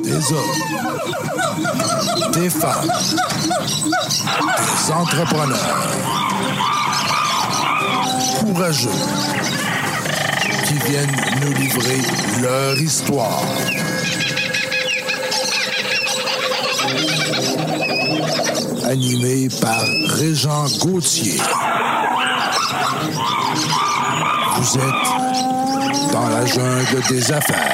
Des hommes, des femmes, des entrepreneurs courageux qui viennent nous livrer leur histoire. Animé par Régent Gauthier. Vous êtes dans la jungle des affaires.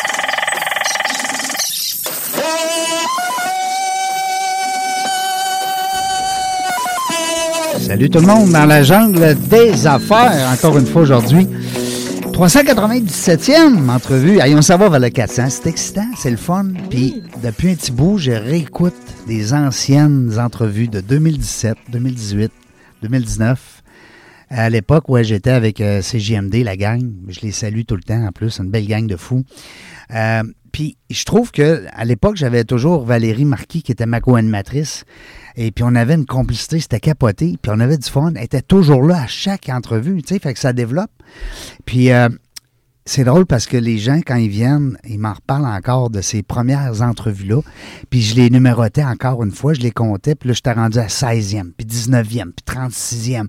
Salut tout le monde dans la jungle des affaires, encore une fois aujourd'hui. 397e entrevue. Allez, on s'en va vers le 400. C'est excitant, c'est le fun. Puis depuis un petit bout, je réécoute des anciennes entrevues de 2017, 2018, 2019. À l'époque, ouais, j'étais avec CJMD, la gang. Je les salue tout le temps en plus, une belle gang de fous. Puis je trouve qu'à l'époque, j'avais toujours Valérie Marquis qui était ma co-animatrice. Et puis on avait une complicité, c'était capoté. Puis on avait du fun. Elle était toujours là à chaque entrevue, tu sais, fait que ça développe. Puis c'est drôle parce que les gens, quand ils viennent, ils m'en reparlent encore de ces premières entrevues-là. Puis je les numérotais encore une fois, je les comptais. Puis là, j'étais rendu à 16e, puis 19e, puis 36e,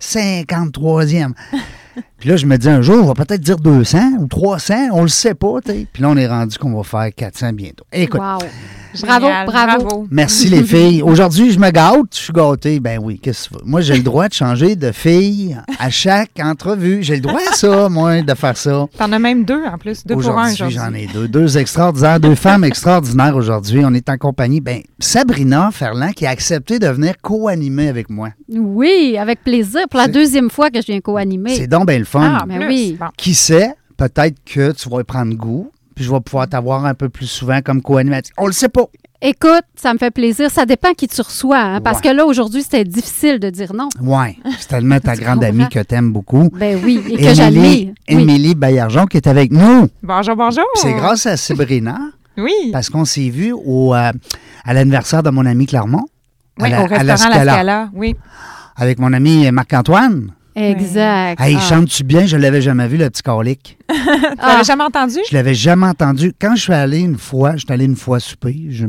53e. Puis là, je me dis un jour, on va peut-être dire 200 ou 300, on le sait pas, tu sais. Puis là, on est rendu qu'on va faire 400 bientôt. Écoute. Wow. Génial, bravo. Merci les filles. Aujourd'hui, je me gâte, je suis gâté. Ben oui, qu'est-ce que tu veux? Moi, j'ai le droit de changer de fille à chaque entrevue. J'ai le droit à ça, moi, de faire ça. T'en as même deux en plus, deux pour un aujourd'hui. J'en ai deux. Deux extraordinaires, deux femmes extraordinaires aujourd'hui. On est en compagnie, Sabrina Ferland qui a accepté de venir co-animer avec moi. Oui, avec plaisir. Pour la deuxième fois que je viens co-animer. C'est donc bien le fun. Ah, mais oui. Bon. Qui sait, peut-être que tu vas y prendre goût. Puis je vais pouvoir t'avoir un peu plus souvent comme co-animatrice. On le sait pas. Écoute, ça me fait plaisir. Ça dépend qui tu reçois. Hein, parce que là, aujourd'hui, c'était difficile de dire non. Oui. C'est tellement ta grande amie que tu aimes beaucoup. Ben oui, et que j'admire. Émilie Baillargeon qui est avec nous. Bonjour, bonjour. Puis c'est grâce à Sabrina. Oui. Parce qu'on s'est vus à l'anniversaire de mon ami Clermont. Oui, au restaurant La Scala. Oui. Avec mon ami Marc-Antoine. Exact. Hey, chantes-tu bien? Je ne l'avais jamais vu, le petit colique. Tu l'avais jamais entendu? Je l'avais jamais entendu. Quand je suis allé une fois souper, je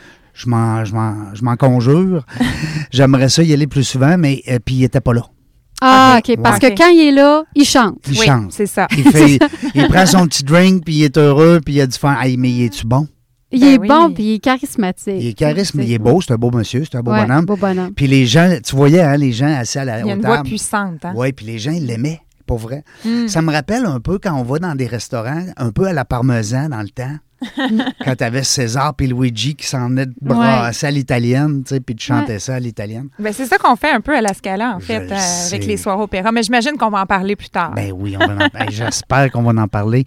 m'en conjure. J'aimerais ça y aller plus souvent, mais puis il n'était pas là. Ah, OK. Parce que quand il est là, il chante. Il chante. C'est ça. Il prend son petit drink, puis il est heureux, puis il a du fun. Hey, mais es-tu bon? Il est bon, puis il est charismatique. Il est charisme, il est beau, c'est un beau monsieur, c'est un beau bonhomme. Beau bonhomme. Puis les gens, tu voyais, hein, les gens assis à la table. Il y a une voix puissante. Hein? Oui, puis les gens, ils l'aimaient, pour vrai. Ça me rappelle un peu quand on va dans des restaurants, un peu à la parmesan dans le temps. Quand tu avais César puis Luigi qui s'en venaient de brasser à l'italienne, tu sais, puis tu chantais ça à l'italienne. Ben, c'est ça qu'on fait un peu à la Scala, en fait, avec les soirs opéra. Mais j'imagine qu'on va en parler plus tard. Ben oui, j'espère qu'on va en parler.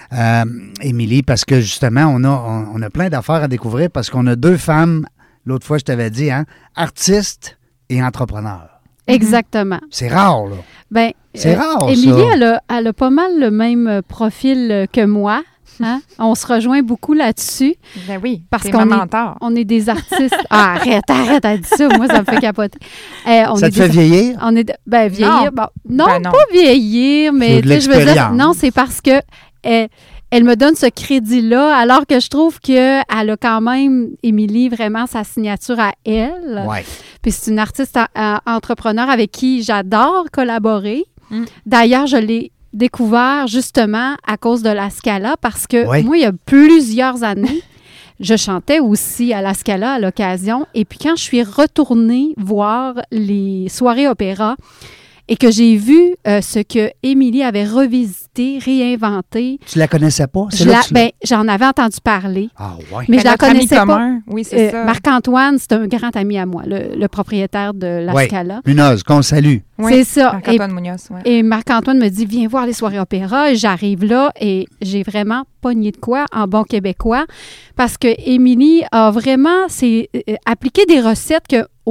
Émilie, parce que justement, on a plein d'affaires à découvrir parce qu'on a deux femmes, l'autre fois je t'avais dit, hein, artistes et entrepreneurs. Exactement. C'est rare, là. Ben, c'est rare, Émilie, ça. elle a pas mal le même profil que moi. Hein? On se rejoint beaucoup là-dessus. Ben oui, parce qu'on on est des artistes. Ah, arrête, elle dit ça. Moi, ça me fait capoter. Ça te fait vieillir? Vieillir. Non, pas vieillir, mais je veux dire, non, c'est parce que elle me donne ce crédit-là, alors que je trouve qu'elle a quand même, Émilie, vraiment sa signature à elle. Ouais. Puis c'est une artiste entrepreneur avec qui j'adore collaborer. D'ailleurs, je l'ai découvert justement à cause de la Scala parce que moi, il y a plusieurs années, je chantais aussi à la Scala à l'occasion. Et puis quand je suis retournée voir les soirées opéra et que j'ai vu ce que Émilie avait revisité, réinventé. Tu la connaissais pas? J'en avais entendu parler. Ah ouais. Mais je la connaissais pas. Oui, c'est ça. Marc-Antoine, c'est un grand ami à moi, le propriétaire de la Scala. Munoz, qu'on salue. Oui, c'est ça. Marc-Antoine Munoz, Et Marc-Antoine me dit, viens voir les soirées opéra. J'arrive là et j'ai vraiment pogné de quoi en bon québécois parce que Émilie a vraiment appliqué des recettes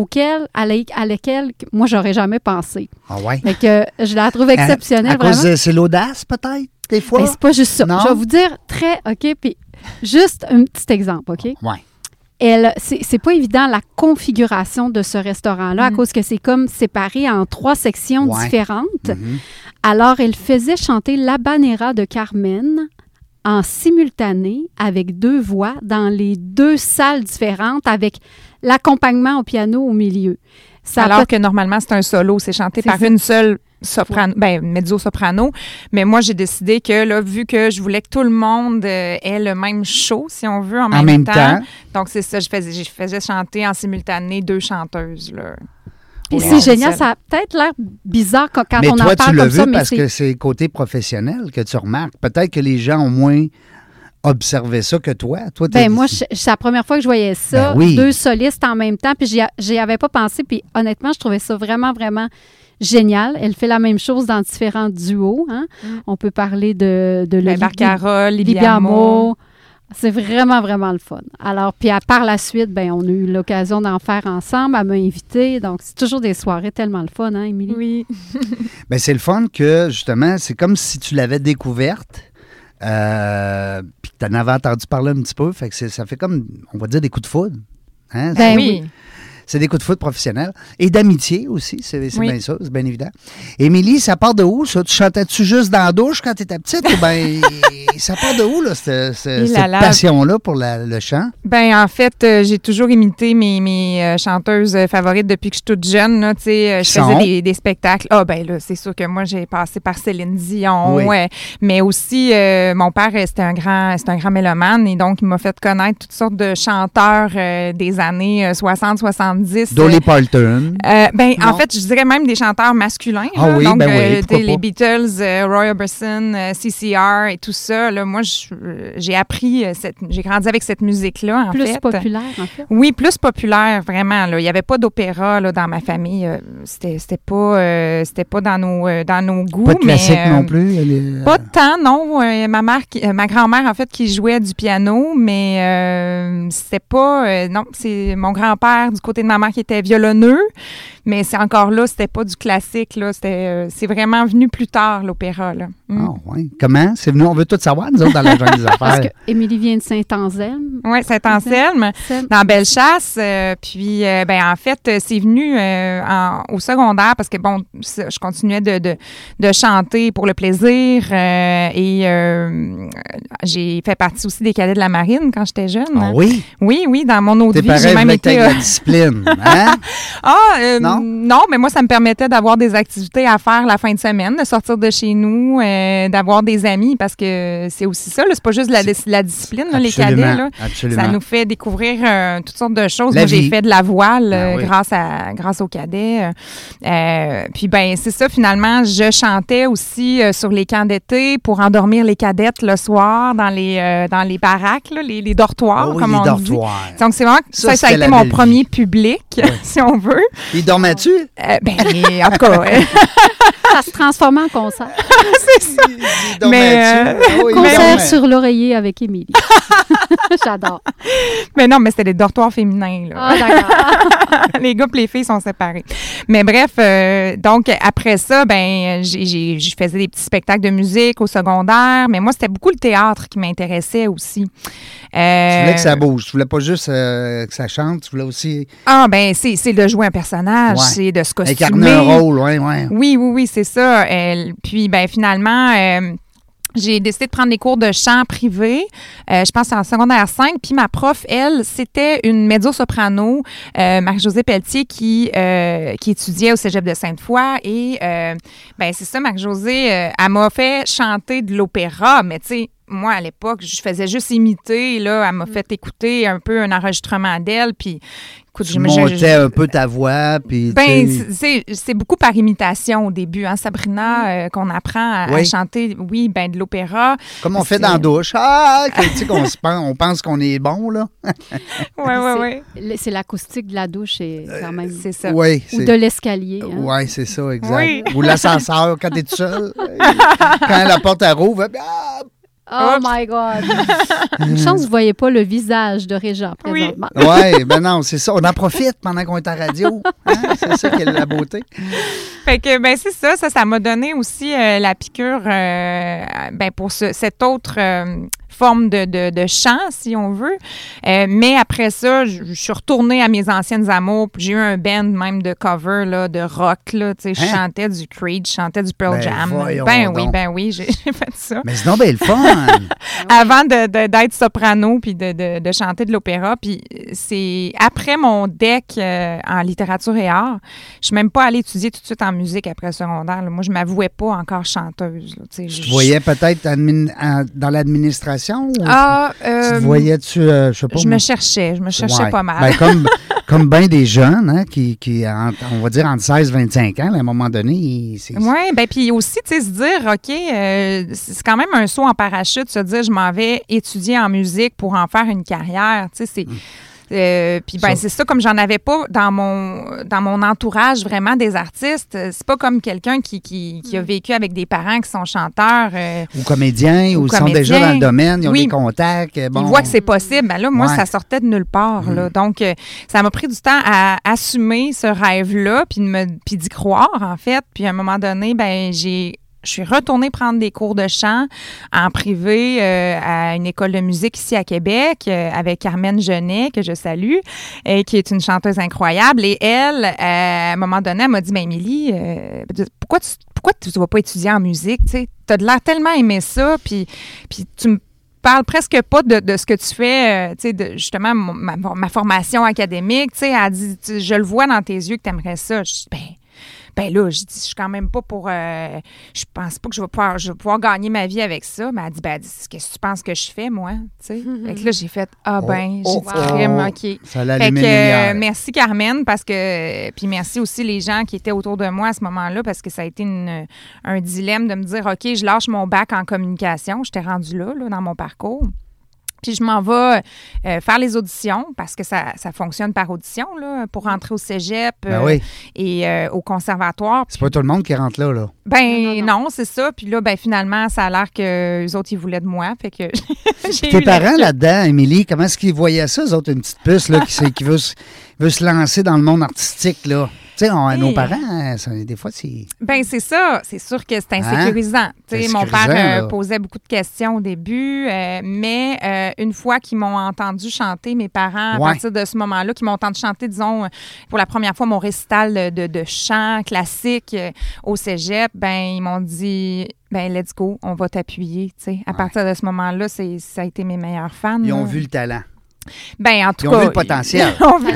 à lesquelles moi, j'aurais jamais pensé. Ah ouais? Fait que je la trouve exceptionnelle, à cause c'est l'audace, peut-être, des fois? Mais c'est pas juste ça. Non? Je vais vous dire OK, puis juste un petit exemple, OK? Ouais. C'est pas évident la configuration de ce restaurant-là à cause que c'est comme séparé en 3 sections différentes. Alors, elle faisait chanter l'Habanera de Carmen en simultané avec 2 voix dans les 2 salles différentes avec l'accompagnement au piano au milieu. Alors que normalement, c'est un solo, c'est chanté par une seule soprano, mezzo-soprano. Mais moi, j'ai décidé que, là, vu que je voulais que tout le monde ait le même show, si on veut, en même temps. Donc, c'est ça, je faisais chanter en simultané 2 chanteuses, là. Puis c'est génial, ça a peut-être l'air bizarre quand on en parle comme ça. Mais toi, tu l'as vu parce que c'est le côté professionnel que tu remarques. Peut-être que les gens ont moins observé ça que toi. Moi, c'est la première fois que je voyais ça, 2 solistes en même temps, puis j'y avais pas pensé, puis honnêtement, je trouvais ça vraiment, vraiment génial. Elle fait la même chose dans différents duos. Hein? On peut parler de Barcarolle, Libiamo. C'est vraiment, vraiment le fun. Alors, puis par la suite, on a eu l'occasion d'en faire ensemble. Elle m'a invitée. Donc, c'est toujours des soirées tellement le fun, hein, Émilie? Oui. C'est le fun que, justement, c'est comme si tu l'avais découverte. Puis que tu en avais entendu parler un petit peu. Fait que ça fait comme, on va dire, des coups de foudre. Hein? Oui. C'est des coups de foudre professionnels. Et d'amitié aussi, c'est bien ça, c'est bien évident. Émilie, ça part de où, ça? Tu chantais-tu juste dans la douche quand tu étais petite? Ou bien, ça part de où, là, cette passion-là pour le chant? En fait, j'ai toujours imité mes chanteuses favorites depuis que je suis toute jeune. Là, je faisais des spectacles. Là, c'est sûr que moi, j'ai passé par Céline Dion. Mais aussi, mon père, c'était un grand mélomane. Et donc, il m'a fait connaître toutes sortes de chanteurs des années 60-70. Dolly Parton. En fait, je dirais même des chanteurs masculins. Donc, les Beatles, Roy Orbison, CCR et tout ça. Là, moi, j'ai appris, j'ai grandi avec cette musique-là, en fait. Plus populaire, en fait. Oui, plus populaire, vraiment. Là. Il n'y avait pas d'opéra là, dans ma famille. C'était pas dans nos goûts. Pas de classique non plus? Pas tant, non. Ma grand-mère, en fait, qui jouait du piano, mais c'était pas... non, c'est mon grand-père du côté de ma mère qui était violonneux, mais c'est encore là, c'était pas du classique, là. C'est vraiment venu plus tard, l'opéra, là. Oui. Comment? C'est venu, on veut tout savoir, nous autres, dans la jungle des affaires. Parce qu'Émilie vient de Saint-Anselme. Oui, Saint-Anselme, dans Bellechasse. Puis, en fait, c'est venu au secondaire parce que, je continuais de chanter pour le plaisir et j'ai fait partie aussi des cadets de la marine quand j'étais jeune. Ah oui? Oui, dans mon autre vie, j'ai même été... la discipline, hein? Non, mais moi, ça me permettait d'avoir des activités à faire la fin de semaine, de sortir de chez nous, d'avoir des amis, parce que c'est aussi ça, là, c'est pas juste la discipline, là, les cadets. Là. Absolument. Ça nous fait découvrir toutes sortes de choses. Moi, j'ai fait de la voile grâce aux cadets. Puis, c'est ça, finalement, je chantais aussi sur les camps d'été pour endormir les cadettes le soir dans les baraques, là, les dortoirs, comme on dit. Donc, c'est vraiment ça a été mon premier public, si on veut. Il dormait-tu? En tout cas... Ça se transformait en concert. C'est ça. Concert sur l'oreiller avec Émilie. J'adore. Mais non, mais c'était les dortoirs féminins. Là. Ah, d'accord. Les gars et les filles sont séparés. Mais bref, donc après ça, je faisais des petits spectacles de musique au secondaire. Mais moi, c'était beaucoup le théâtre qui m'intéressait aussi. Tu voulais que ça bouge. Tu voulais pas juste que ça chante. Tu voulais aussi... c'est de jouer un personnage. C'est de se costumer. Incarner un rôle, Oui, c'est ça. Puis, finalement... j'ai décidé de prendre des cours de chant privé. Je pense que c'est en secondaire 5. Puis ma prof, elle, c'était une mezzo-soprano, Marie-Josée Pelletier, qui étudiait au cégep de Sainte-Foy. Et c'est ça, Marie-Josée, elle m'a fait chanter de l'opéra. Mais tu sais, moi, à l'époque, je faisais juste imiter. Là, elle m'a fait écouter un peu un enregistrement d'elle. Puis, écoute, tu montais un peu ta voix. Puis, c'est beaucoup par imitation au début, hein, Sabrina, qu'on apprend à chanter, de l'opéra. Comme on fait dans la douche. On pense qu'on est bon, là. Oui. C'est l'acoustique de la douche, quand même. C'est ça. Oui. Ou de l'escalier. Hein. Oui, c'est ça, exact. Oui. Ou l'ascenseur, quand tu es tout seul. Quand la porte rouvre, Oh my God! Une chance que vous ne voyez pas le visage de Régent présentement. Oui, non, c'est ça. On en profite pendant qu'on est en radio. Hein? C'est ça qui est la beauté. Fait que, c'est ça. Ça m'a donné aussi la piqûre pour cette autre forme de chant, si on veut. Mais après ça, je suis retournée à mes anciennes amours. J'ai eu un band même de cover, là, de rock. Là, je chantais du Creed, je chantais du Pearl Jam. Ben oui, j'ai fait ça. Mais sinon, le fun! Avant d'être soprano puis de chanter de l'opéra. Puis c'est après mon DEC en littérature et art, je suis même pas allée étudier tout de suite en musique après le secondaire. Là. Moi, je m'avouais pas encore chanteuse. Là, tu te voyais peut-être dans l'administration? Ou tu te voyais-tu, je sais pas. Je me cherchais pas mal. Ben, comme bien des jeunes, hein, qui on va dire entre 16 et 25 ans, là, à un moment donné. Oui, bien puis aussi, tu sais, se dire, OK, c'est quand même un saut en parachute, se dire, je m'en vais étudier en musique pour en faire une carrière. Tu sais, puis ben c'est ça, comme j'en avais pas dans mon entourage vraiment des artistes, c'est pas comme quelqu'un qui a vécu avec des parents qui sont chanteurs. Ou comédiens, ou sont déjà dans le domaine, ils ont des contacts. Bon. Ils voient que c'est possible. Ben là, moi, ça sortait de nulle part. Là. Donc, ça m'a pris du temps à assumer ce rêve-là, puis d'y croire, en fait. Puis à un moment donné, ben je suis retournée prendre des cours de chant en privé à une école de musique ici à Québec avec Carmen Genet, que je salue, qui est une chanteuse incroyable. Et elle, à un moment donné, elle m'a dit, « Émilie, pourquoi tu ne vas pas étudier en musique? Tu as de l'air tellement aimé ça, puis tu me parles presque pas de ce que tu fais, justement, ma formation académique. » Elle dit, « Je le vois dans tes yeux que tu aimerais ça. » Je dis, ben là, je dis, je suis quand même pas pour... je pense pas que je vais pouvoir gagner ma vie avec ça. Mais elle dit, qu'est-ce que tu penses que je fais, moi? Fait que là, j'ai fait, j'ai dit, crème, OK. Ça l'a allumé les lumières. Merci, Carmen, parce que... Puis merci aussi les gens qui étaient autour de moi à ce moment-là, parce que ça a été un dilemme de me dire, OK, je lâche mon bac en communication. J'étais rendue là, dans mon parcours. Puis je m'en vais faire les auditions parce que ça fonctionne par audition là, pour rentrer au cégep et au conservatoire. C'est pas tout le monde qui rentre là. Non, c'est ça. Puis là, finalement, ça a l'air que les autres, ils voulaient de moi. Fait que tes parents là-dedans, Émilie, comment est-ce qu'ils voyaient ça, eux autres, une petite puce là, qui veut se lancer dans le monde artistique, là? Tu sais, nos parents, des fois, c'est... Bien, c'est ça. C'est sûr que c'est insécurisant. Mon père posait beaucoup de questions au début, mais une fois qu'ils m'ont entendu chanter, mes parents, à partir de ce moment-là, qu'ils m'ont entendu chanter, disons, pour la première fois, mon récital de chant classique au cégep, ils m'ont dit... let's go, on va t'appuyer. À partir de ce moment-là, ça a été mes meilleurs fans. Ils ont vu le talent. En tout cas, ils ont vu le potentiel.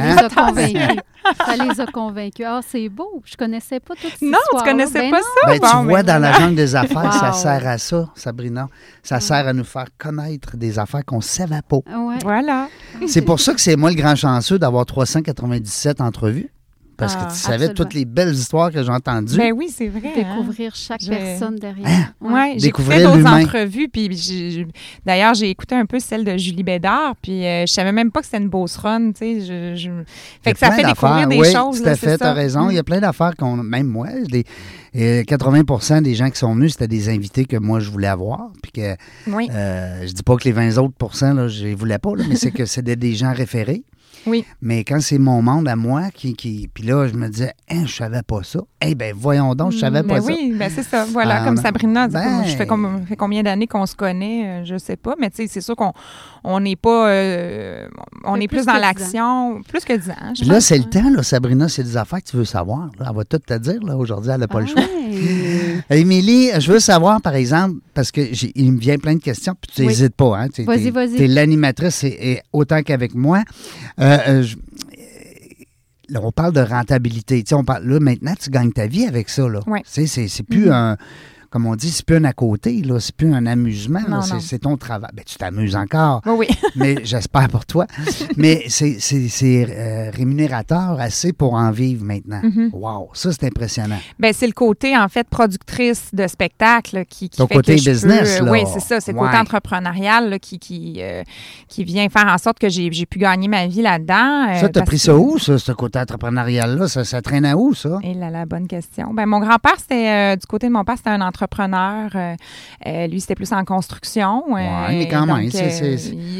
Ça les a convaincus. Ah, c'est beau. Je connaissais pas toute cette histoire. Non, tu connaissais pas ça. Tu vois, dans la jungle des affaires, ça sert à ça, Sabrina. Ça sert à nous faire connaître des affaires qu'on ne savait pas. Ouais. Voilà. C'est pour ça que c'est moi le grand chanceux d'avoir 397 entrevues. Parce que tu savais toutes les belles histoires que j'ai entendues. Ben oui, c'est vrai. Découvrir chaque personne derrière. Oui, j'ai écouté d'autres entrevues. Puis d'ailleurs, j'ai écouté un peu celle de Julie Bédard. Puis je savais même pas que c'était une beauceronne. Fait que ça fait découvrir des choses. Tout à fait, tu as raison. Il y a plein d'affaires même moi, 80% des gens qui sont venus, c'était des invités que moi, je voulais avoir. Puis que je dis pas que les 20 autres pourcents, là, je les voulais pas, là, mais c'est que c'était des gens référés. Oui. Mais quand c'est mon monde à moi, puis là, je me disais, je savais pas ça. Voyons donc, je savais pas ça. Oui, c'est ça. Voilà, comme Sabrina dit, je fais combien d'années qu'on se connaît, je sais pas. Mais tu sais, c'est sûr qu'on n'est pas... on est plus dans l'action, plus que 10 ans. Puis là, c'est le temps, là, Sabrina, c'est des affaires que tu veux savoir. Là. Elle va tout te dire, là, aujourd'hui, elle n'a pas le choix. Émilie, je veux savoir, par exemple, parce qu'il me vient plein de questions, puis tu n'hésites pas. Hein, vas-y. Tu es l'animatrice et autant qu'avec moi. Là, on parle de rentabilité. Là, maintenant, tu gagnes ta vie avec ça. Là. Ouais. C'est plus un... Comme on dit, c'est plus un à côté, là. C'est plus un amusement. Non. C'est ton travail. Tu t'amuses encore. Oui. Mais j'espère pour toi. Mais c'est rémunérateur assez pour en vivre maintenant. Mm-hmm. Wow, ça, c'est impressionnant. C'est le côté, en fait, productrice de spectacle qui ton fait côté que business, là. Oui, c'est ça. C'est le côté entrepreneurial là, qui vient faire en sorte que j'ai pu gagner ma vie là-dedans. Ça, t'as pris ça où, ça, ce côté entrepreneurial-là? Ça traîne à où, ça? Et là, bonne question. Mon grand-père, c'était du côté de mon père, c'était un entrepreneur. Lui, c'était plus en construction. Oui, mais quand même.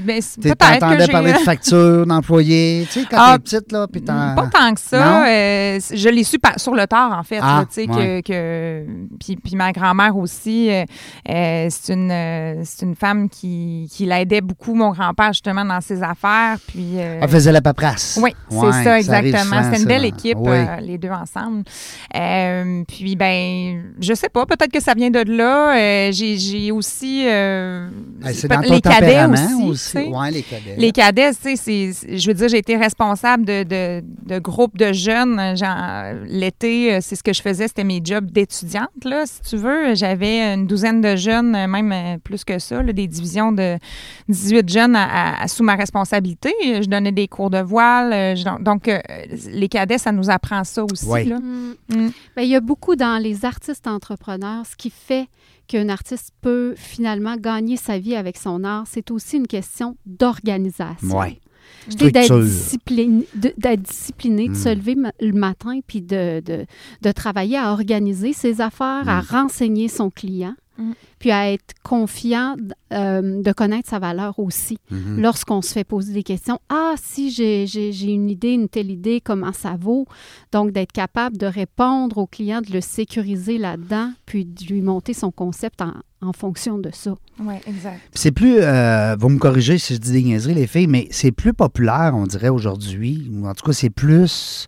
Ben, Tu peut-être t'entendais que parler de factures d'employés, tu sais, quand t'es petite, là, puis pas tant que ça. Je l'ai su sur le tard, en fait. Là, tu sais, puis ma grand-mère aussi, c'est une femme qui l'aidait beaucoup, mon grand-père, justement, dans ses affaires. Puis, elle faisait la paperasse. Oui, c'est ça, exactement. C'était une belle équipe, oui. les deux ensemble. Puis, ben, je sais pas, peut-être que ça vient de là. J'ai aussi... c'est dans ton tempérament aussi. Oui, les cadets. Les cadets, tu sais, je veux dire, j'ai été responsable de groupes de jeunes. L'été, c'est ce que je faisais, c'était mes jobs d'étudiante, là, si tu veux. J'avais une douzaine de jeunes, même plus que ça, là, des divisions de 18 jeunes sous ma responsabilité. Je donnais des cours de voile. Donc, les cadets, ça nous apprend ça aussi. Oui. Là. Bien, il y a beaucoup dans les artistes entrepreneurs, ce qui fait qu'un artiste peut finalement gagner sa vie avec son art, c'est aussi une question d'organisation. Oui. D'être discipliné, de se lever le matin puis de travailler à organiser ses affaires, à renseigner son client, puis à être confiant de connaître sa valeur aussi. Lorsqu'on se fait poser des questions, si j'ai une idée, une telle idée, comment ça vaut? Donc, d'être capable de répondre au client, de le sécuriser là-dedans, puis de lui monter son concept en fonction de ça. Oui, exact. C'est plus, vous me corrigez si je dis des niaiseries, les filles, mais c'est plus populaire, on dirait, aujourd'hui, ou en tout cas, c'est plus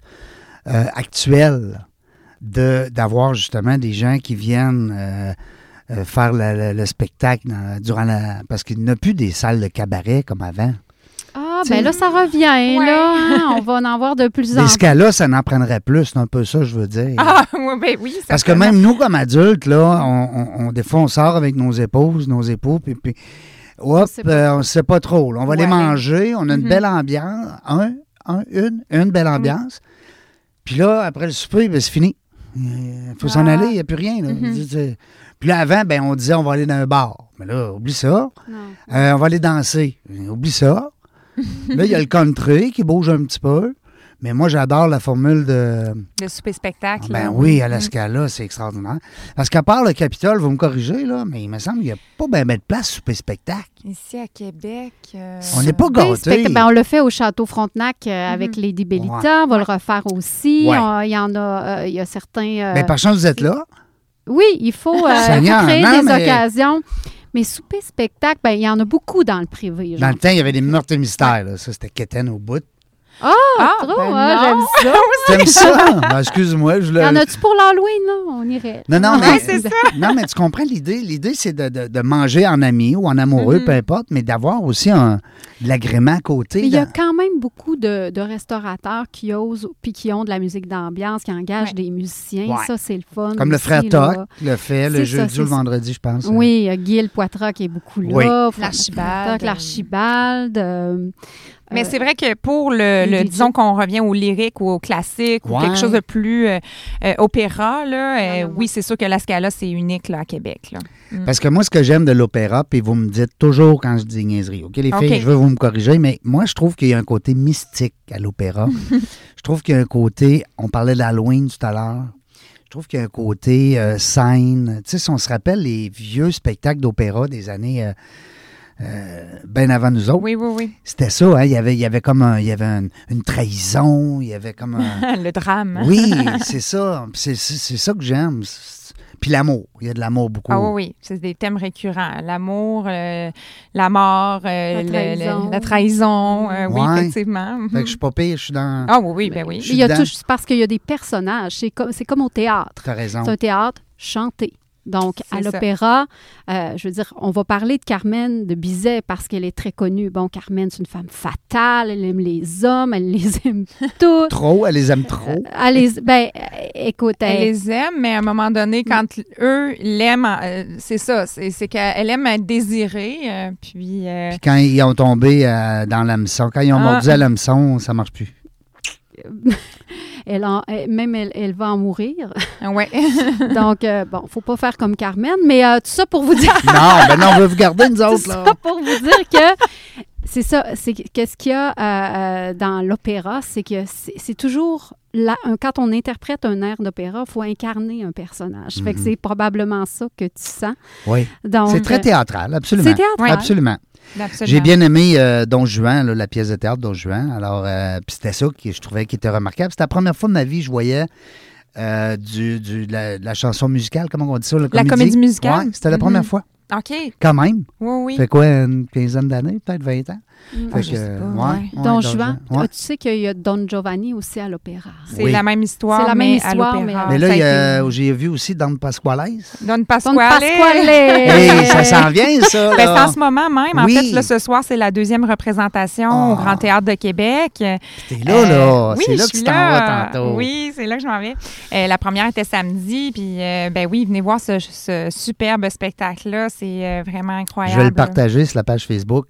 actuel d'avoir justement des gens qui viennent faire le spectacle parce qu'il n'y a plus des salles de cabaret comme avant. Ben là, ça revient, là. Hein? On va en avoir de plus en plus. Dans ce cas-là, ça n'en prendrait plus, c'est un peu ça, je veux dire. Ben oui. Parce que même nous, comme adultes, là, des fois, on sort avec nos épouses, nos époux, puis on ne sait pas trop. Là. On va les manger, on a une belle ambiance, une belle ambiance. Puis là, après le souper, ben, c'est fini. Il faut s'en aller, il n'y a plus rien. Là. Puis là, avant, ben, on disait on va aller dans un bar. Mais là, oublie ça. On va aller danser. Oublie ça. Là, il y a le country qui bouge un petit peu. Mais moi, j'adore la formule de souper-spectacle. Ben oui, à la Scala, c'est extraordinaire. Parce qu'à part le Capitole, vous me corrigez, là, mais il me semble qu'il n'y a pas bien de place souper-spectacle. Ici, à Québec... On n'est pas gâtés. Ben, on le fait au Château Frontenac avec Lady Bellita. On va le refaire aussi. Ouais. Il y en a... Il y a certains... Mais par chance, vous êtes là. Oui, il faut créer des occasions. Mais souper-spectacle, ben, il y en a beaucoup dans le privé. Dans le temps, il y avait des meurtres et mystères. Là. Ça, c'était quétaine au bout. Trop, j'aime ça. T'aimes ça? Ben, excuse-moi. Y en a-tu pour l'Halloween, là? On irait. Non, mais c'est ça. Non, mais tu comprends l'idée. L'idée, c'est de manger en ami ou en amoureux, peu importe, mais d'avoir aussi de l'agrément à côté. Mais il y a quand même beaucoup de restaurateurs qui osent puis qui ont de la musique d'ambiance, qui engagent des musiciens. Ouais. Ça, c'est le fun. Comme le frère Toc le fait le jeudi ou le vendredi, je pense. Oui, Guy Poitras qui est beaucoup là. Oui. L'Archibald. Mais c'est vrai que pour disons qu'on revient au lyrique ou au classique ou quelque chose de plus opéra, là, oui, c'est sûr que la Scala, c'est unique là, à Québec. Là. Parce que moi, ce que j'aime de l'opéra, puis vous me dites toujours quand je dis niaiserie, OK, les filles, je veux vous me corriger, mais moi, je trouve qu'il y a un côté mystique à l'opéra. Je trouve qu'il y a un côté, on parlait d'Halloween tout à l'heure, je trouve qu'il y a un côté scène. Tu sais, si on se rappelle les vieux spectacles d'opéra des années... bien avant nous autres. Oui. C'était ça, hein? Il y avait comme une trahison, il y avait comme un... Le drame. Oui, c'est ça. C'est ça que j'aime. Puis l'amour. Il y a de l'amour beaucoup. Ah oui. C'est des thèmes récurrents. L'amour, la mort, la trahison. Oui, effectivement. Fait que je suis pas pire, je suis dans... Ah oui, ben oui. Il y a parce qu'il y a des personnages. C'est comme au théâtre. T'as raison. C'est un théâtre chanté. Donc, à l'opéra, je veux dire, on va parler de Carmen de Bizet parce qu'elle est très connue. Bon, Carmen, c'est une femme fatale, elle aime les hommes, elle les aime tous. Trop, elle les aime trop. Écoute, elle les aime, mais à un moment donné, quand eux l'aiment, c'est ça, c'est qu'elle aime être désirée. Puis quand ils ont tombé dans l'hameçon, quand ils ont mordu à l'hameçon, ça marche plus. Elle va en mourir. Oui. Donc, bon, faut pas faire comme Carmen, mais tout ça pour vous dire... non, on veut vous garder, nous autres. Tout ça pour vous dire que c'est ça, qu'est-ce qu'il y a dans l'opéra, c'est que c'est toujours quand on interprète un air d'opéra, il faut incarner un personnage. Fait que c'est probablement ça que tu sens. Oui. Donc, c'est très théâtral, absolument. C'est théâtral. Absolument. Absolument. J'ai bien aimé Don Juan, la pièce de théâtre Don Juan. Alors, puis c'était ça que je trouvais qui était remarquable. C'était la première fois de ma vie que je voyais de la chanson musicale, comment on dit ça? La comédie musicale? Oui, c'était la première fois. OK. Quand même. Oui. Fait quoi, une quinzaine d'années, peut-être 20 ans? Je sais pas. Don Juan. Tu sais qu'il y a Don Giovanni aussi à l'opéra. C'est la même histoire, c'est la même histoire, à l'opéra. Mais là, j'ai vu aussi Don Pasquale. Don Pasquale. Hey, ça s'en vient, ça. C'est en ce moment même. En Oui. fait, là, ce soir, c'est la 2e représentation au Grand Théâtre de Québec. T'es là. Oui, c'est là que tu t'en vas tantôt. Oui, c'est là que je m'en vais. La première était samedi. Puis, venez voir ce superbe spectacle-là. C'est vraiment incroyable. Je vais le partager sur la page Facebook.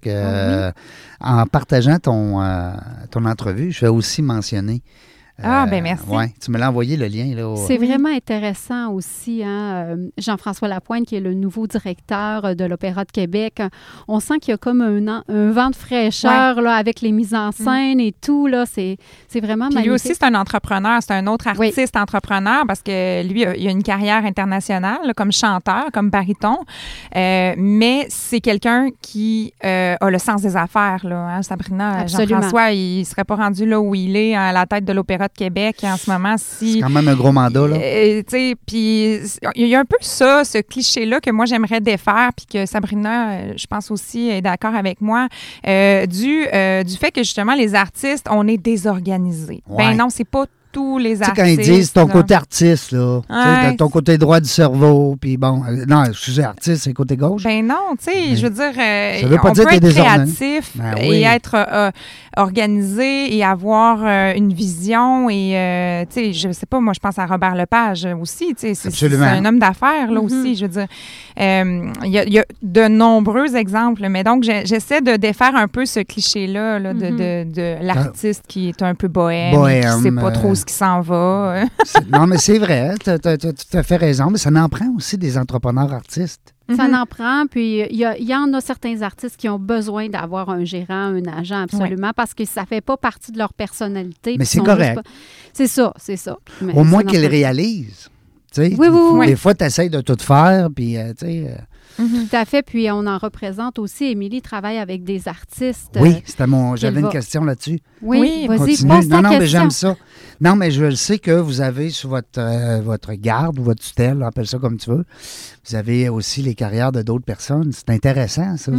En partageant ton entrevue, je vais aussi mentionner. Merci. Ouais, tu me l'as envoyé le lien. Là, C'est vraiment intéressant aussi. Jean-François Lapointe, qui est le nouveau directeur de l'Opéra de Québec, on sent qu'il y a comme un vent de fraîcheur là, avec les mises en scène et tout. Là, c'est vraiment Puis magnifique. lui aussi, c'est un entrepreneur. C'est un autre artiste entrepreneur parce que lui, il a une carrière internationale là, comme chanteur, comme baryton. Mais c'est quelqu'un qui a le sens des affaires. Là, Sabrina, Absolument. Jean-François, il ne serait pas rendu là où il est à la tête de l'Opéra de Québec en ce moment. C'est quand même un gros mandat, là. Puis il y a un peu ça, ce cliché-là que moi, j'aimerais défaire, puis que Sabrina, je pense aussi, est d'accord avec moi, du fait que, justement, les artistes, on est désorganisés. Ouais. Ben non, c'est pas tous les artistes. Quand ils disent ton côté artiste, là, Ouais. ton côté droit du cerveau, puis bon, non, excusez, artiste, c'est côté gauche. Ben non, tu sais, je veux dire, veut pas on dire peut que être t'es désordonné. créatif Ben et oui. être organisé et avoir une vision et, tu sais, je sais pas, moi, je pense à Robert Lepage aussi, tu sais, c'est Absolument. un homme d'affaires, là, aussi, je veux dire. Il y a de nombreux exemples, mais donc, j'essaie de défaire un peu ce cliché-là là, de l'artiste qui est un peu bohème qui sait pas trop ce qui s'en va. Non, mais c'est vrai, tu as fait raison, mais ça en prend aussi des entrepreneurs artistes. Ça en prend, puis il y en a certains artistes qui ont besoin d'avoir un gérant, un agent, absolument, parce que ça fait pas partie de leur personnalité. Mais c'est correct. C'est ça. Mais Au moins ça n'en qu'ils prend- réalisent. Tu sais, Oui. Des fois, tu essaies de tout faire, puis tu sais... Tout à fait, puis on en représente aussi. Émilie travaille avec des artistes. Oui, j'avais une va- question là-dessus. Oui, vas-y, Continue. pose ta Non, mais question. j'aime ça. Non, mais je le sais que vous avez sous votre garde ou votre tutelle, appelle ça comme tu veux, vous avez aussi les carrières de d'autres personnes. C'est intéressant, ça.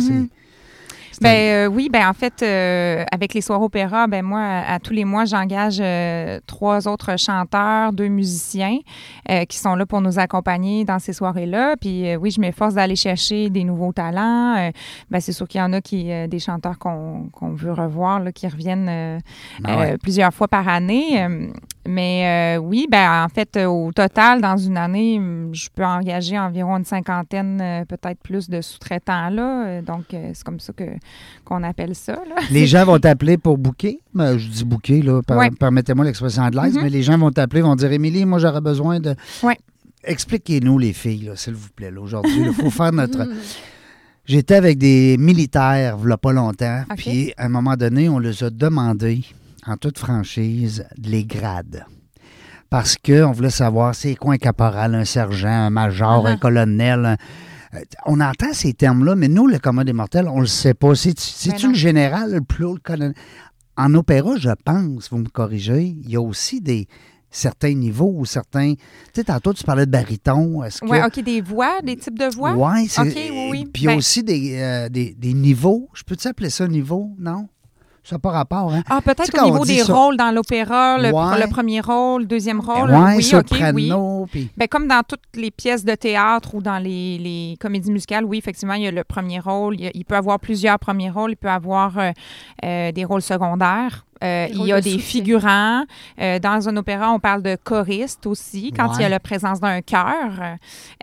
Oui, en fait, avec les soirs opéra, moi, à tous les mois, j'engage 3 autres chanteurs, 2 musiciens qui sont là pour nous accompagner dans ces soirées-là. Puis oui, je m'efforce d'aller chercher des nouveaux talents. C'est sûr qu'il y en a des chanteurs qu'on veut revoir, là, qui reviennent plusieurs fois par année. Oui, en fait, au total, dans une année, je peux engager environ une 50aine, peut-être plus de sous-traitants là. Donc, c'est comme ça qu'on appelle ça. Là. Les gens vont t'appeler pour booker. Je dis booker, là, permettez-moi l'expression anglaise, mais les gens vont t'appeler, vont dire « Émilie, moi, j'aurais besoin de... » Expliquez-nous, les filles, là, s'il vous plaît. Là, aujourd'hui, il faut faire notre... J'étais avec des militaires, il n'y a pas longtemps, puis à un moment donné, on les a demandé, en toute franchise, les grades. Parce qu'on voulait savoir c'est quoi un caporal, un sergent, un major, un colonel. On entend ces termes-là, mais nous, le commun des mortels, on ne le sait pas. C'est-tu le général, le plus haut, le colonel? En opéra, je pense, vous me corrigez, il y a aussi certains niveaux ou certains... Tu sais, tantôt, tu parlais de baryton. Oui, OK, des voix, des types de voix? Oui, c'est... OK, oui. Puis il y a aussi des niveaux. Je peux-tu appeler ça niveau? Non? Ça n'a pas rapport, hein? Ah, peut-être au niveau des rôles dans l'opéra, le premier rôle, le deuxième rôle. Oui, soprano. Puis... comme dans toutes les pièces de théâtre ou dans les comédies musicales, oui, effectivement, il y a le premier rôle. Il peut avoir plusieurs premiers rôles. Il peut avoir des rôles secondaires. Il y a des figurants. Dans un opéra, on parle de choriste aussi, quand il y a la présence d'un chœur.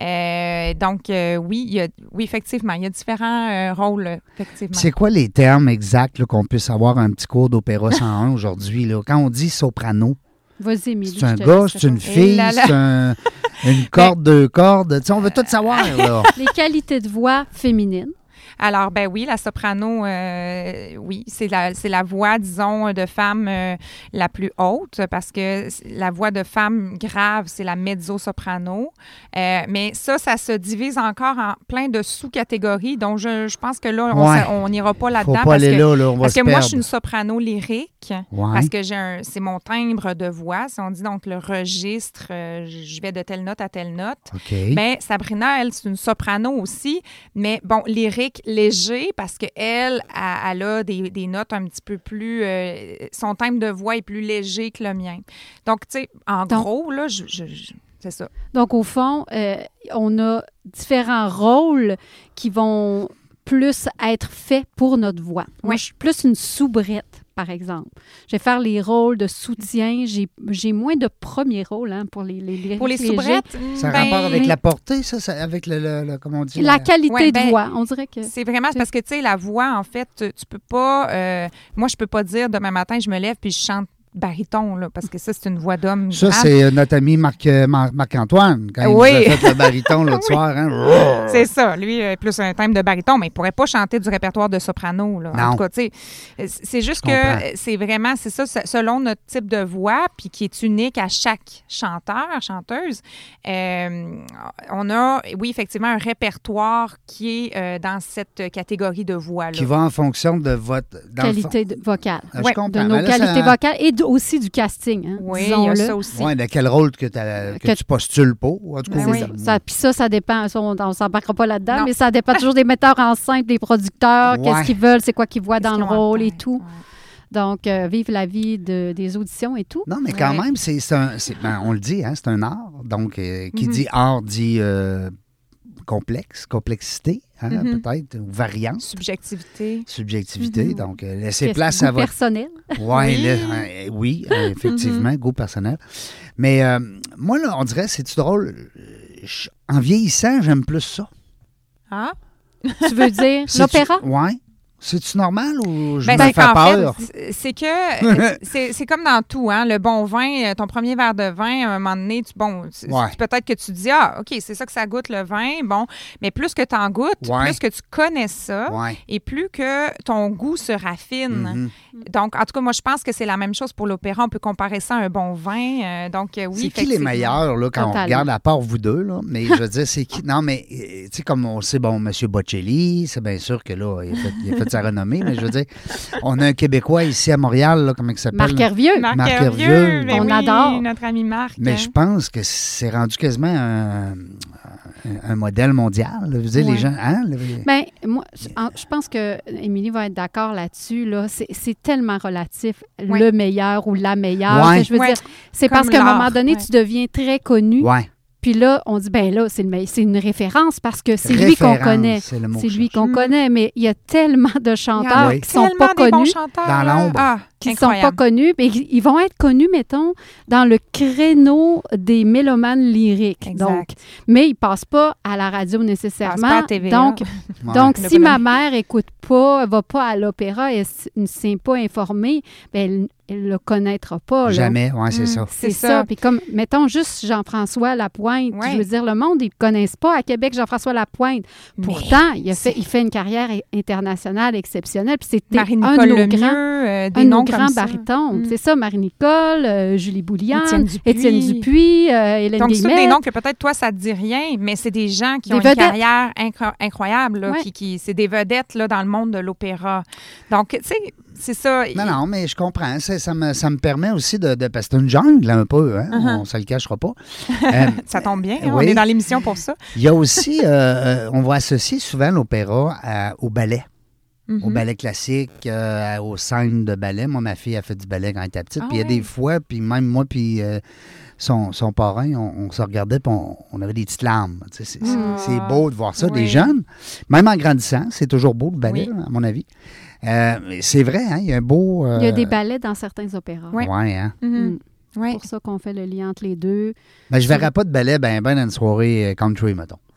Oui, effectivement, il y a différents rôles, effectivement. C'est quoi les termes exacts là, qu'on puisse avoir un petit cours d'opéra 101 aujourd'hui? Là? Quand on dit soprano, vas-y, Émilie, c'est un gars, c'est une fille, c'est une corde, 2 cordes. Tu sais, on veut tout savoir. Là. Les qualités de voix féminines. Alors, ben oui, la soprano, oui, c'est la voix, disons, de femme la plus haute, parce que la voix de femme grave, c'est la mezzo-soprano. Mais ça se divise encore en plein de sous-catégories, donc je pense que là, on n'ira pas là-dedans. Faut pas aller là, on va parce se que moi, perdre. je suis une soprano lyrique, parce que c'est mon timbre de voix. Si on dit donc le registre, je vais de telle note à telle note. OK. Bien, Sabrina, elle, c'est une soprano aussi, mais bon, lyrique léger, parce qu'elle, elle a des notes un petit peu plus... son timbre de voix est plus léger que le mien. Donc, tu sais, gros, là, c'est ça. Donc, au fond, on a différents rôles qui vont plus être faits pour notre voix. Moi, je suis plus une soubrette, par exemple. Je vais faire les rôles de soutien. J'ai moins de premiers rôles pour les pour les soubrettes. Ça a rapport avec la portée, ça avec le comment on dit? La qualité de voix, on dirait que... C'est vraiment parce que, tu sais, la voix, en fait, tu peux pas... moi, je peux pas dire demain matin, je me lève puis je chante baryton, là, parce que ça, c'est une voix d'homme. Ça, c'est notre ami Marc-Antoine, quand il nous a fait le baryton l'autre soir. Hein? C'est ça. Lui, plus un thème de baryton, mais il pourrait pas chanter du répertoire de soprano. Là. Non. En tout cas, tu sais, c'est juste que c'est vraiment, c'est ça, selon notre type de voix, puis qui est unique à chaque chanteur, chanteuse. On a, oui, effectivement, un répertoire qui est dans cette catégorie de voix-là. Qui va en fonction de votre... qualité vocale. Je comprends. De nos qualités vocales et aussi du casting. Hein, oui, il y a ça aussi. Oui, de quel rôle que tu postules pour. En tout cas, Puis ça dépend. On ne s'embarquera pas là-dedans, mais ça dépend toujours des metteurs en scène, des producteurs, qu'est-ce qu'ils veulent, c'est quoi qu'ils voient dans le rôle et tout. Donc, vivre la vie des auditions et tout. Non, mais quand même, on le dit, hein, c'est un art. Donc, qui dit art dit complexité, hein, peut-être, ou variance. Subjectivité. Donc, laisser place à votre... personnel. Oui, effectivement, goût personnel. Mais moi, là, on dirait, c'est-tu drôle? En vieillissant, j'aime plus ça. Ah? Tu veux dire l'opéra? Oui. C'est-tu normal ou je me fais peur? En fait, c'est que c'est comme dans tout, hein. Le bon vin, ton premier verre de vin, à un moment donné, peut-être que tu dis, OK, c'est ça que ça goûte le vin, bon, mais plus que tu en goûtes, plus que tu connais ça, et plus que ton goût se raffine. Donc, en tout cas, moi, je pense que c'est la même chose pour l'opéra. On peut comparer ça à un bon vin. Donc, oui, c'est qui les meilleurs, là, quand on regarde, à part vous deux, là? Mais je veux dire, c'est qui? Non, mais, tu sais, comme on sait, bon, M. Bocelli, c'est bien sûr que là, il a fait sa renommée, mais je veux dire, on a un Québécois ici à Montréal, là, comment il s'appelle? Marc Hervieux. Marc Hervieux, on adore. Notre ami Marc. Mais je pense que c'est rendu quasiment un modèle mondial. Là. Vous savez, les gens... Hein? Bien, moi, je pense que Émilie va être d'accord là-dessus. Là. C'est tellement relatif, le meilleur ou la meilleure. Je veux dire, c'est comme parce qu'à un moment donné, tu deviens très connu. Puis là, on dit, ben là, c'est une référence parce que c'est lui qu'on connaît. C'est lui qu'on connaît, mais il y a tellement de chanteurs qui ne sont pas connus. Dans l'ombre. Qui ne sont pas connus. Mais ils vont être connus, mettons, dans le créneau des mélomanes lyriques. Donc, mais ils ne passent pas à la radio nécessairement. Pas à TVA. Donc si ma mère n'écoute pas, ne va pas à l'opéra et ne s'est pas informée, ben elle ne le connaîtra pas. Là. Jamais, oui, c'est ça. C'est ça. Puis comme, mettons, juste Jean-François Lapointe, je veux dire, le monde, ils ne connaissent pas à Québec Jean-François Lapointe. Pourtant, il fait une carrière internationale exceptionnelle. Puis c'était un de nos grands barytons. C'est ça, Marie-Nicole, Julie Bouliane, Étienne Dupuis, Hélène Donc, Guillemette. c'est des noms que peut-être toi, ça ne te dit rien, mais c'est des gens qui ont une carrière incroyable. Là, c'est des vedettes là, dans le monde de l'opéra. Donc, tu sais, c'est ça. Non, mais je comprends. Ça me permet aussi de parce que c'est une jungle, un peu. Hein? On ne se le cachera pas. Ça tombe bien. On est dans l'émission pour ça. Il y a aussi, on va associer souvent l'opéra au ballet. Au ballet classique, aux scènes de ballet. Moi, ma fille a fait du ballet quand elle était petite. Puis il y a des fois, puis même moi, puis son parrain, on se regardait, puis on avait des petites larmes. C'est beau de voir ça, des jeunes. Même en grandissant, c'est toujours beau le ballet, à mon avis. C'est vrai, hein, il y a un beau... Il y a des ballets dans certains opéras. Oui, hein. C'est pour ça qu'on fait le lien entre les deux. Ben, je ne verrais pas de ballet dans une soirée country, mettons.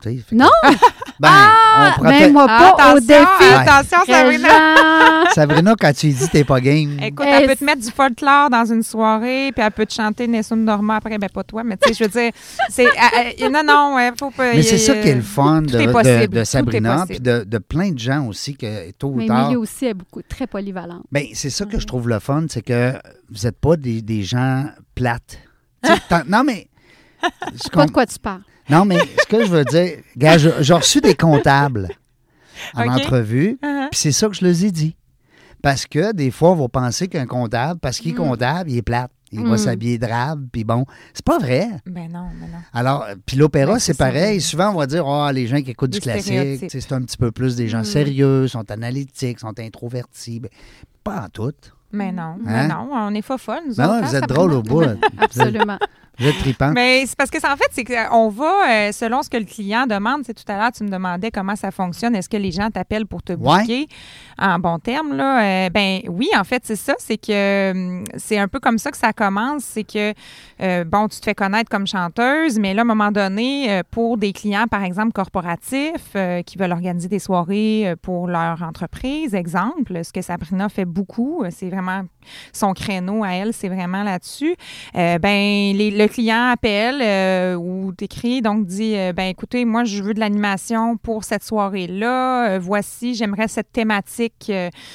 Non! On pourrait moi pas au défi! Attention, Sabrina! Sabrina, quand tu lui dis t'es pas game... Écoute, elle peut te mettre du folklore dans une soirée, puis elle peut te chanter Nessun Dorma après, pas toi, mais tu sais, je veux dire, c'est... non, faut pas... Mais c'est ça qui est le fun de Sabrina, puis de plein de gens aussi, que tôt ou tard... Mais Émilie aussi est très polyvalente. Bien, c'est ça que je trouve le fun, c'est que vous n'êtes pas des gens plates. Non, mais... Je sais pas de quoi tu parles. Non, mais ce que je veux dire, gars, j'ai reçu des comptables en entrevue, puis c'est ça que je leur ai dit. Parce que des fois, on va penser qu'un comptable, parce qu'il est comptable, il est plate. Il va s'habiller drabe, puis bon, c'est pas vrai. Ben non. Alors, puis l'opéra, c'est pareil. Souvent, on va dire, les gens qui écoutent du classique, c'est un petit peu plus des gens sérieux, sont analytiques, sont introvertis. Ben, pas en tout. Mais non, on est fofolles, nous autres. Vous êtes drôles au bout. Absolument. Vous êtes tripant. Mais c'est parce que en fait, c'est qu'on va selon ce que le client demande. C'est tout à l'heure, tu me demandais comment ça fonctionne. Est-ce que les gens t'appellent pour te booker en bon terme là Ben oui, en fait, c'est ça. C'est que c'est un peu comme ça que ça commence. C'est que tu te fais connaître comme chanteuse, mais là, à un moment donné, pour des clients, par exemple corporatifs, qui veulent organiser des soirées pour leur entreprise, exemple, ce que Sabrina fait beaucoup, c'est vraiment son créneau à elle, c'est vraiment là-dessus. Le client appelle ou t'écrit, donc dit écoutez, moi, je veux de l'animation pour cette soirée-là. Voici, j'aimerais cette thématique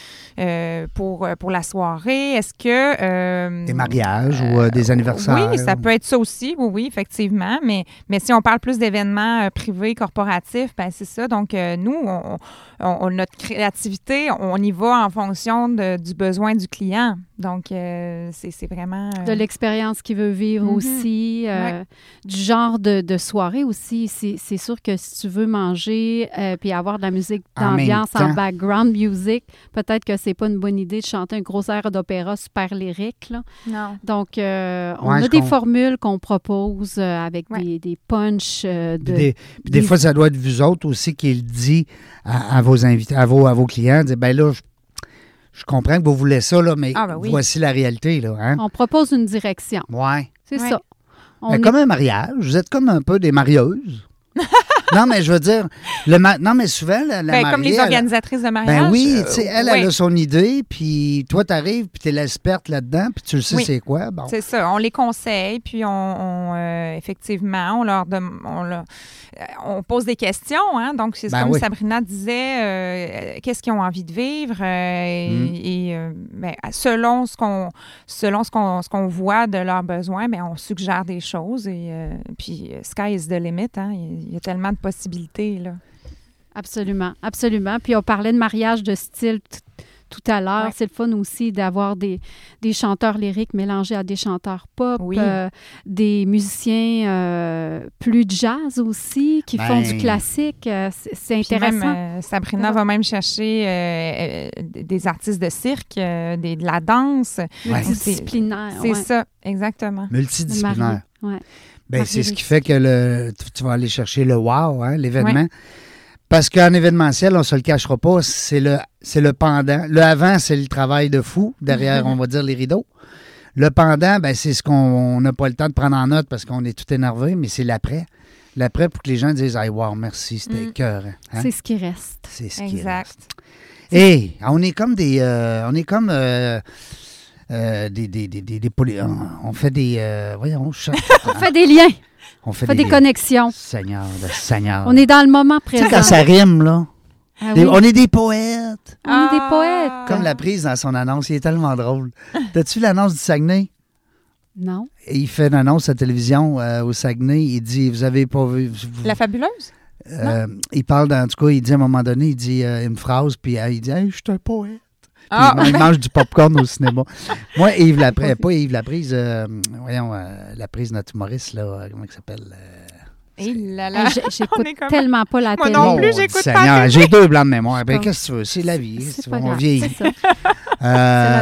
pour la soirée. Est-ce que... des mariages ou des anniversaires? Oui, ça peut être ça aussi, oui, effectivement. Mais si on parle plus d'événements privés, corporatifs, c'est ça. Donc, nous, notre créativité, on y va en fonction du besoin du client. Donc, c'est vraiment... De l'expérience qu'il veut vivre aussi, du genre de soirée aussi. C'est sûr que si tu veux manger puis avoir de la musique d'ambiance en background music, peut-être que c'est pas une bonne idée de chanter un gros air d'opéra super lyrique. Là. Non. Donc, on a des formules qu'on propose avec des punchs. Des fois, ça doit être vous autres aussi qui le dit à vos invités, à vos clients. Dire, là, je comprends que vous voulez ça, là, mais voici la réalité. Là, hein? On propose une direction. Oui. C'est ça. Comme un mariage. Vous êtes comme un peu des marieuses. Non, mais je veux dire, non, mais souvent, la mariée... Comme les organisatrices de mariage. Ben oui, tu sais, elle a son idée, puis toi, t'arrives, puis t'es l'experte là-dedans, puis tu le sais c'est quoi. Bon. C'est ça, on les conseille, puis effectivement, on pose des questions, hein, donc c'est comme Sabrina disait, qu'est-ce qu'ils ont envie de vivre, selon ce qu'on voit de leurs besoins, on suggère des choses, et puis sky is the limit, hein, il y a tellement de possibilités, là. Absolument, absolument. Puis on parlait de mariage de style tout à l'heure. Ouais. C'est le fun aussi d'avoir des chanteurs lyriques mélangés à des chanteurs pop, des musiciens plus jazz aussi, qui font du classique. C'est intéressant. Même, Sabrina va même chercher des artistes de cirque, de la danse. Multidisciplinaire. C'est ça, exactement. Multidisciplinaire. C'est ce qui fait que tu vas aller chercher le wow, hein, l'événement. Parce qu'en événementiel, on ne se le cachera pas, c'est le pendant. Le avant, c'est le travail de fou, derrière, on va dire, les rideaux. Le pendant, c'est ce qu'on n'a pas le temps de prendre en note parce qu'on est tout énervé, mais c'est l'après. L'après, pour que les gens disent « Hey, wow, merci, c'était écœurant. Hein? » C'est ce qui reste. C'est ce qui reste. Et on est comme des... on fait des... on fait des liens. On fait des connexions. Seigneur. On est dans le moment présent. Tu sais, quand ça rime, là. On est des poètes. On est des poètes. Comme la prise dans son annonce. Il est tellement drôle. T'as-tu l'annonce du Saguenay? Non. Et il fait une annonce à la télévision au Saguenay. Il dit, vous avez pas vu... La Fabuleuse? Il parle, en tout cas, il dit à un moment donné, il dit une phrase, puis il dit, hey, je suis un poète. Il mange du popcorn au cinéma. Moi, Yves Laprise, pas Yves Laprise, Laprise, notre humoriste, là, comment il s'appelle? J'écoute tellement pas la télé. Moi non plus, j'écoute pas. J'ai 2 blancs de mémoire. Qu'est-ce que tu veux? C'est la vie. On vieillit. C'est la vie.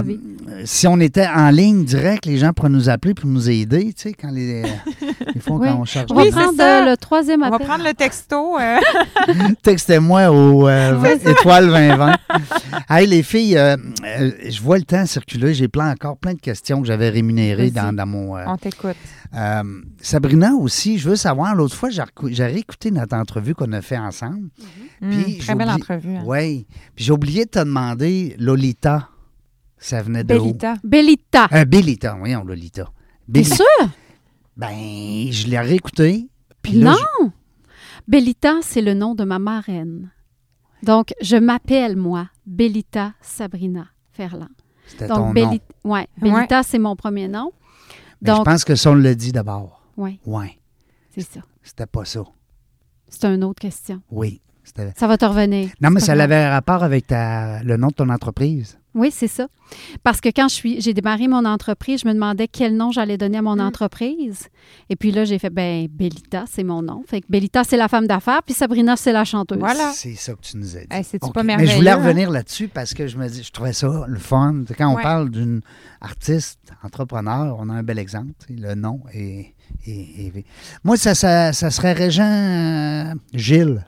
si on était en ligne direct, les gens pourraient nous appeler pour nous aider, tu sais, quand les fois quand on charge. On va prendre le troisième appel. On va prendre le texto. Textez-moi au étoile 2020. Hey, les filles, je vois le temps circuler. J'ai encore plein de questions que j'avais rémunérées dans mon... On t'écoute. Sabrina aussi, je veux savoir, l'autre fois, j'ai réécouté notre entrevue qu'on a fait ensemble. Très belle entrevue. Hein? Oui. Puis j'ai oublié de te demander, Lolita, ça venait de Bellita. où? Bellita. Bellita, voyons, Lolita. T'es sûr? Ben, je l'ai réécouté. Non! Bellita, c'est le nom de ma marraine. Donc, je m'appelle, moi, Bellita Sabrina Ferland. C'était ton nom. Oui, Bellita, c'est mon premier nom. Donc, je pense que ça, on l'a dit d'abord. Oui. Oui. C'est ça. C'était pas ça. C'est une autre question. Oui. Ça va te revenir. Non, mais ça avait un rapport avec le nom de ton entreprise. Oui, c'est ça. Parce que quand j'ai démarré mon entreprise, je me demandais quel nom j'allais donner à mon entreprise. Et puis là, j'ai fait, Bellita, c'est mon nom. Fait que Bellita, c'est la femme d'affaires, puis Sabrina, c'est la chanteuse. Voilà. C'est ça que tu nous as dit. C'est-tu pas merveilleux? Mais je voulais revenir là-dessus parce que je trouvais ça le fun. Quand on parle d'une artiste, entrepreneur, on a un bel exemple. Le nom est... Moi, ça serait Régent Gilles.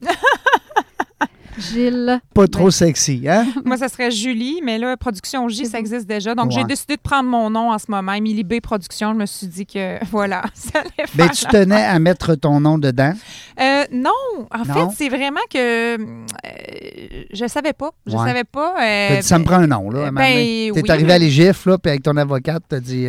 Gilles. Pas trop sexy, hein? Moi, ça serait Julie, mais là, Production J, ça existe déjà. Donc, j'ai décidé de prendre mon nom en ce moment. Émilie B. Production, je me suis dit que, voilà, ça allait faire. Mais tu tenais à mettre ton nom dedans? Non. En fait, c'est vraiment que je savais pas. Je savais pas. T'as dit, ça me prend un nom, là. T'es arrivé à l'EGIF, là, puis avec ton avocate, t'as dit...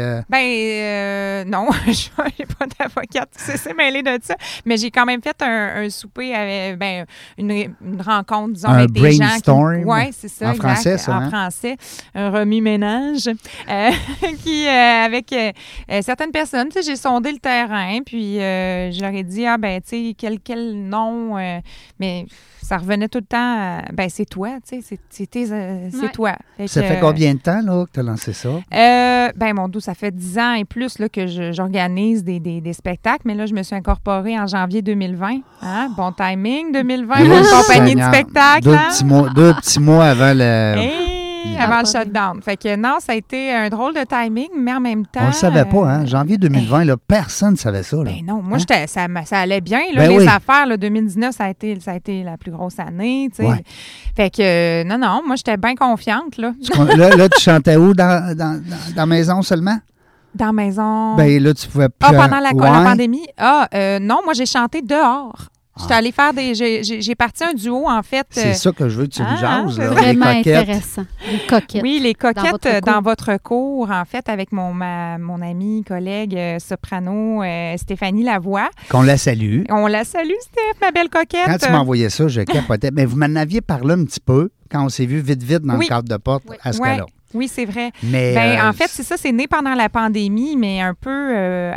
non, je n'ai pas d'avocate. C'est mêlé de ça. Mais j'ai quand même fait un souper, avec, une rencontre, disons, avec des gens qui... Oui, c'est ça, en français, ça, en français. Un remue-ménage qui, avec certaines personnes, tu sais, j'ai sondé le terrain, puis je leur ai dit, tu sais, quel nom, mais ça revenait tout le temps, c'est toi, tu sais, c'est toi. Ça fait combien de temps, là, que tu as lancé ça? Mon Dieu, ça fait 10 ans et plus, là, que j'organise des spectacles, mais là, je me suis incorporée en janvier 2020. Hein? Bon timing, 2020, une compagnie de spectacle. Deux petits mois avant avant le shutdown. Fait que non, ça a été un drôle de timing, mais en même temps... On ne le savait pas, hein? Janvier 2020, là, personne ne savait ça. Là. Non, moi, ça allait bien. Là, les affaires, là, 2019, ça a été la plus grosse année. Tu sais. Ouais. Fait que, non, moi, j'étais bien confiante. Là. Là, tu chantais où? Dans la maison seulement? Dans la maison. Là, tu pouvais plus. Pendant la pandémie? Non, moi, j'ai chanté dehors. J'étais allée faire j'ai parti un duo, en fait. C'est ça que je veux que tu me jases. C'est vraiment intéressant. Les coquettes. Oui, les coquettes dans votre cours, en fait, avec mon amie, collègue, soprano, Stéphanie Lavoie. Qu'on la salue. On la salue, Steph, ma belle coquette. Quand tu m'envoyais ça, je capotais. Mais vous m'en aviez parlé un petit peu quand on s'est vu vite dans le cadre de porte à ce cas-là. Oui, c'est vrai. Mais en fait, c'est ça, c'est né pendant la pandémie, mais un peu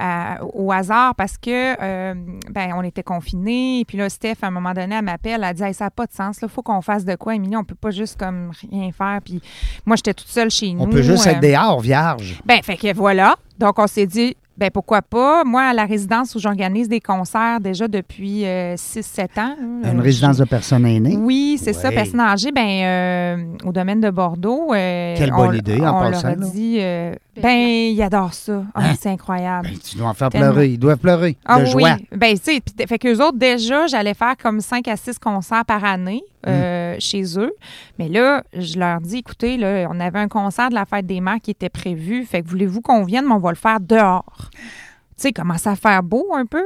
au hasard parce que on était confinés. Et puis là, Steph, à un moment donné, elle m'appelle, elle dit hey, ça n'a pas de sens, il faut qu'on fasse de quoi, Émilie, on peut pas juste comme rien faire. Puis moi, j'étais toute seule chez nous. On peut juste être dehors, vierge. Fait que voilà. Donc, on s'est dit pourquoi pas? Moi, à la résidence où j'organise des concerts déjà depuis 6-7 ans. Une résidence de personnes aînées? Oui, c'est ça, personnes âgées, au domaine de Bordeaux. Quelle bonne idée, en passant. On leur a dit, ils adorent ça. Hein? C'est incroyable. Tu dois en faire pleurer. Ils doivent pleurer de joie. Oui. Tu sais, fait qu'eux autres, déjà, j'allais faire comme 5 à 6 concerts par année chez eux. Mais là, je leur dis, écoutez, là, on avait un concert de la Fête des Mères qui était prévu. Fait que voulez-vous qu'on vienne, mais on va le faire dehors. Tu sais, commence à faire beau un peu,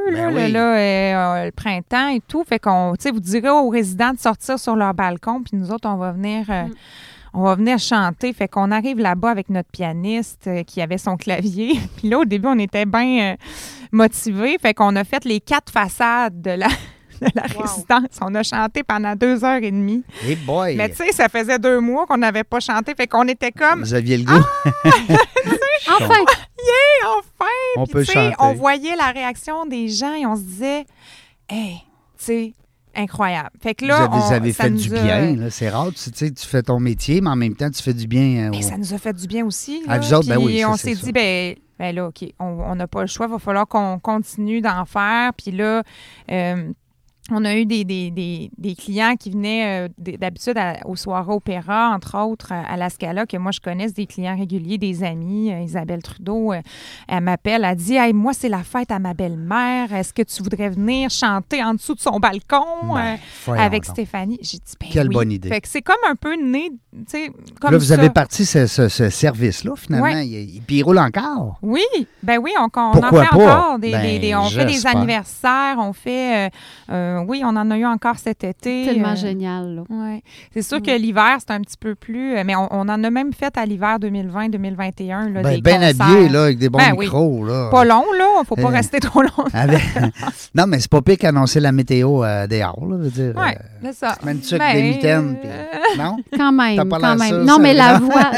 le printemps et tout. Fait qu'on, tu sais, vous direz aux résidents de sortir sur leur balcon, puis nous autres, on va venir chanter. Fait qu'on arrive là-bas avec notre pianiste qui avait son clavier. Puis là, au début, on était bien motivés. Fait qu'on a fait les 4 façades de la résidence. On a chanté pendant 2h30. Hey boy! Mais tu sais, ça faisait 2 mois qu'on n'avait pas chanté. Fait qu'on était comme... Vous aviez le goût? Enfin! Yeah! Enfin! On peut chanter. chanter. On voyait la réaction des gens et on se disait, hey, tu sais, incroyable. Fait que là, vous avez fait du bien. Là. C'est rare. Tu sais, tu fais ton métier, mais en même temps, tu fais du bien. Mais ça nous a fait du bien aussi. Là. À vous autres, puis ça, on s'est dit, là, OK, on n'a pas le choix. Il va falloir qu'on continue d'en faire. Puis là... On a eu des clients qui venaient d'habitude aux soirées opéra, entre autres, à la Scala, que moi, je connais, des clients réguliers, des amis. Isabelle Trudeau, elle m'appelle, elle dit « Hey, moi, c'est la fête à ma belle-mère. Est-ce que tu voudrais venir chanter en dessous de son balcon avec Stéphanie? » J'ai dit « Ben Quelle bonne idée. » Fait que c'est comme un peu né, tu sais, comme là, vous ça. avez parti ce service-là, finalement. Ouais. Puis il roule encore. Oui, ben oui, on en Pourquoi fait pas? encore. On fait des anniversaires, on fait... oui, on en a eu encore cet été. Tellement génial, là. Ouais. C'est sûr que l'hiver, c'est un petit peu plus... mais on en a même fait à l'hiver 2020-2021, là, des bien concerts. habillé, là, avec des bons micros, oui. là. Pas long, là. Il ne faut pas rester trop long. Non, mais c'est pas pire qu'annoncer la météo dehors, là, je veux dire. Oui, c'est ça. Mène-tu avec des mitaines, puis... Non? Quand même, quand même. Ça, non, mais la voix...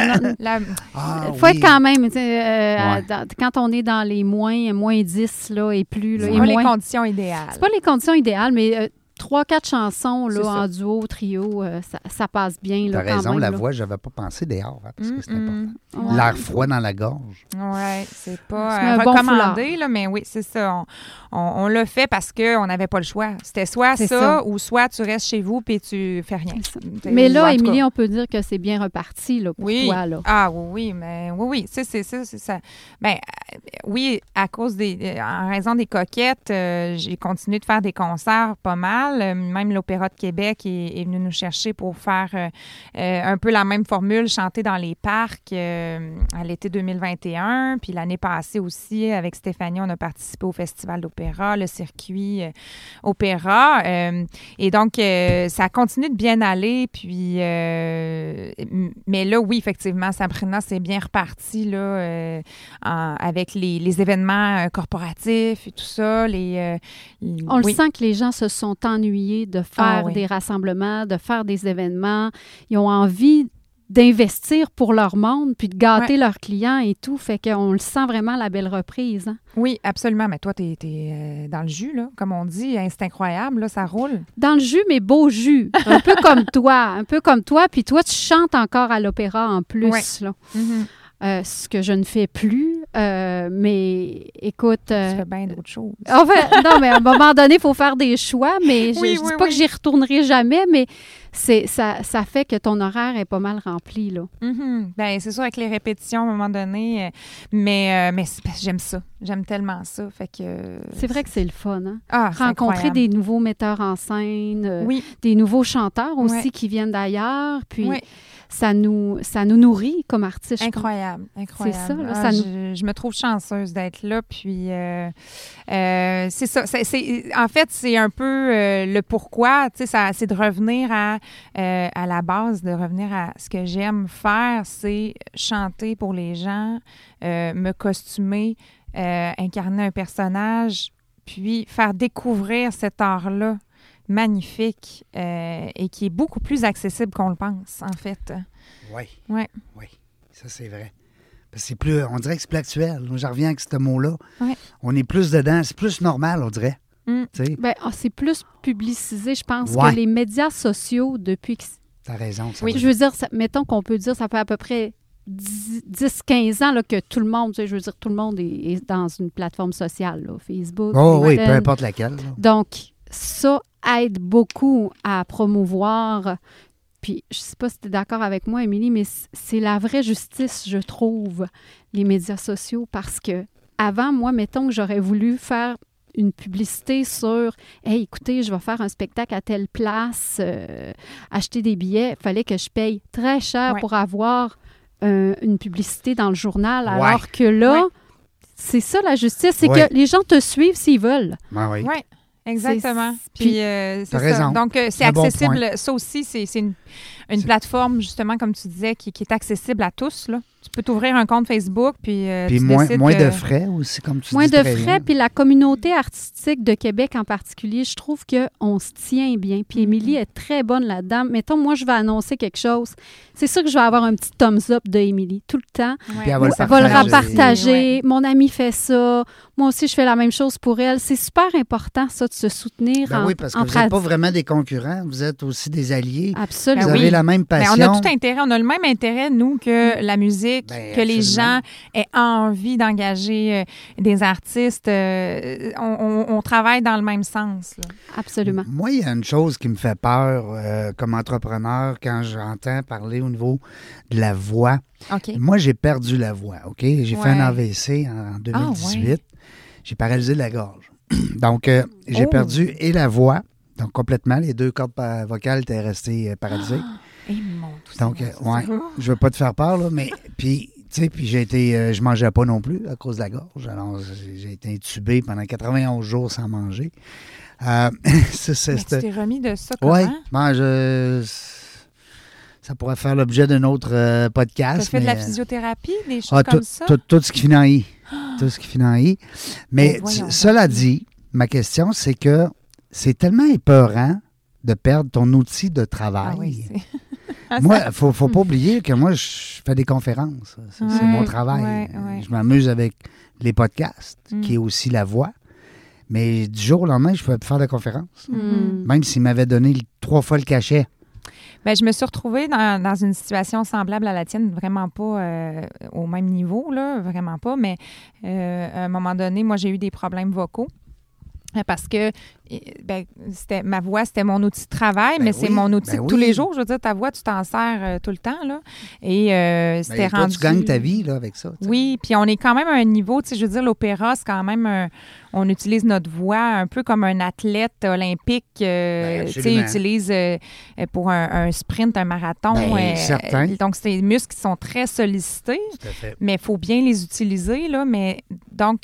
Il faut être quand même... quand on est dans les moins 10, là, et plus... Là, c'est pas les conditions idéales. C'est pas les conditions idéales, mais... 3-4 chansons là, en duo, trio, ça passe bien. T'as là, raison, quand même, la là. voix, je n'avais pas pensé dehors, parce que c'est important. Ouais. L'air froid dans la gorge. Oui, c'est pas un recommandé, là, mais oui, c'est ça. On l'a fait parce qu'on n'avait pas le choix. C'était soit ça, ou soit tu restes chez vous et tu fais rien. Mais là, Émilie, on peut dire que c'est bien reparti là, pour toi. Là. Ah oui, mais oui, c'est ça. Ben, oui, à cause en raison des coquettes, j'ai continué de faire des concerts pas mal. Même l'Opéra de Québec est venu nous chercher pour faire un peu la même formule, chanter dans les parcs à l'été 2021. Puis l'année passée aussi, avec Stéphanie, on a participé au Festival d'opéra, le circuit opéra. Et donc, ça continue de bien aller. Puis, mais là, oui, effectivement, Sabrina, c'est bien reparti là, avec les événements corporatifs et tout ça. On le sent que les gens se sont ennuyés de faire des rassemblements, de faire des événements. Ils ont envie d'investir pour leur monde, puis de gâter leurs clients et tout. Fait qu'on le sent vraiment, la belle reprise. Hein? Oui, absolument. Mais toi, t'es dans le jus, là, comme on dit. C'est incroyable, là, ça roule. Dans le jus, mais beau jus. Un peu comme toi. Puis toi, tu chantes encore à l'opéra en plus. Là. Mm-hmm. Ce que je ne fais plus. Mais écoute... Tu fais bien d'autres choses. Enfin, non, mais à un moment donné, il faut faire des choix. Mais je ne dis pas que j'y retournerai jamais, mais ça fait que ton horaire est pas mal rempli. Là. Mm-hmm. Bien, c'est sûr, avec les répétitions, à un moment donné. Mais j'aime ça. J'aime tellement ça. Fait que... C'est vrai que c'est le fun. Hein? Rencontrer incroyable. Des nouveaux metteurs en scène, des nouveaux chanteurs aussi qui viennent d'ailleurs. Puis... Ça nous nourrit comme artistes. Incroyable. C'est ça. Là, je me trouve chanceuse d'être là. Puis, c'est ça. En fait, c'est un peu le pourquoi. C'est de revenir à la base, de revenir à ce que j'aime faire, c'est chanter pour les gens, me costumer, incarner un personnage, puis faire découvrir cet art-là magnifique et qui est beaucoup plus accessible qu'on le pense, en fait. Oui, ça c'est vrai. Parce que c'est plus, on dirait que c'est plus actuel. Je reviens avec ce mot-là. Oui. On est plus dedans, c'est plus normal, on dirait. Ben, c'est plus publicisé, je pense, que les médias sociaux depuis que... T'as raison. Je veux dire, mettons qu'on peut dire, ça fait à peu près 10-15 ans là, que tout le monde, je veux dire, tout le monde est dans une plateforme sociale, là, Facebook. Oui, peu importe laquelle. Là. Donc, ça aide beaucoup à promouvoir. Puis, je ne sais pas si tu es d'accord avec moi, Émilie, mais c'est la vraie justice, je trouve, les médias sociaux, parce que avant, moi, mettons que j'aurais voulu faire une publicité sur « Hey, écoutez, je vais faire un spectacle à telle place, acheter des billets. » Il fallait que je paye très cher pour avoir une publicité dans le journal, alors que là, c'est ça la justice, c'est que les gens te suivent s'ils veulent. Oui. Exactement. Puis c'est ça. Raison. Donc, c'est accessible. Bon, ça aussi, c'est une plateforme, justement, comme tu disais, qui est accessible à tous. Là. Tu peux t'ouvrir un compte Facebook, puis tu moins décides de frais aussi, comme tu dis. Moins de frais, puis la communauté artistique de Québec en particulier, je trouve qu'on se tient bien. Puis Émilie est très bonne là-dedans. Mettons, moi, je vais annoncer quelque chose. C'est sûr que je vais avoir un petit thumbs up de Émilie tout le temps. Puis elle va le repartager. Mon amie fait ça. Moi aussi, je fais la même chose pour elle. C'est super important, ça, de se soutenir oui, parce que vous n'êtes pas vraiment des concurrents. Vous êtes aussi des alliés. Absolument. Vous avez la même passion. On a tout intérêt, on a le même intérêt, nous, que la musique, que les gens aient envie d'engager des artistes. On travaille dans le même sens. Là. Absolument. Moi, il y a une chose qui me fait peur comme entrepreneur quand j'entends parler au niveau de la voix. Okay. Moi, j'ai perdu la voix, OK? J'ai fait un AVC en 2018. J'ai paralysé la gorge. Donc, j'ai perdu et la voix, donc complètement. Les 2 cordes vocales étaient restées paralysées. Donc, je veux pas te faire peur, là, mais puis, tu sais, puis je mangeais pas non plus à cause de la gorge. Alors, j'ai été intubé pendant 91 jours sans manger. Tu t'es remis de ça comment? Oui, ça pourrait faire l'objet d'un autre podcast. Tu as fait de la physiothérapie, des choses comme ça? Tout ce qui finit en I. Tout ce qui finit en I. Mais cela dit, ma question, c'est que c'est tellement épeurant de perdre ton outil de travail. Ah oui, moi, il ne faut pas oublier que moi, je fais des conférences. C'est mon travail. Je m'amuse avec les podcasts, qui est aussi la voix. Mais du jour au lendemain, je ne pouvais plus faire de conférences. Même s'ils m'avaient donné 3 fois le cachet. Bien, je me suis retrouvée dans une situation semblable à la tienne, vraiment pas au même niveau, là, vraiment pas, mais à un moment donné, moi, j'ai eu des problèmes vocaux. Parce que ma voix, c'était mon outil de travail, mais c'est mon outil de tous les jours. Je veux dire, ta voix, tu t'en sers tout le temps. Là. Et c'était rendu... Tu gagnes ta vie là, avec ça. T'sais. Oui, puis on est quand même à un niveau, je veux dire, l'opéra, c'est quand même... on utilise notre voix un peu comme un athlète olympique utilise pour un sprint, un marathon. Certain. Donc, c'est des muscles qui sont très sollicités, mais il faut bien les utiliser. Là, mais donc,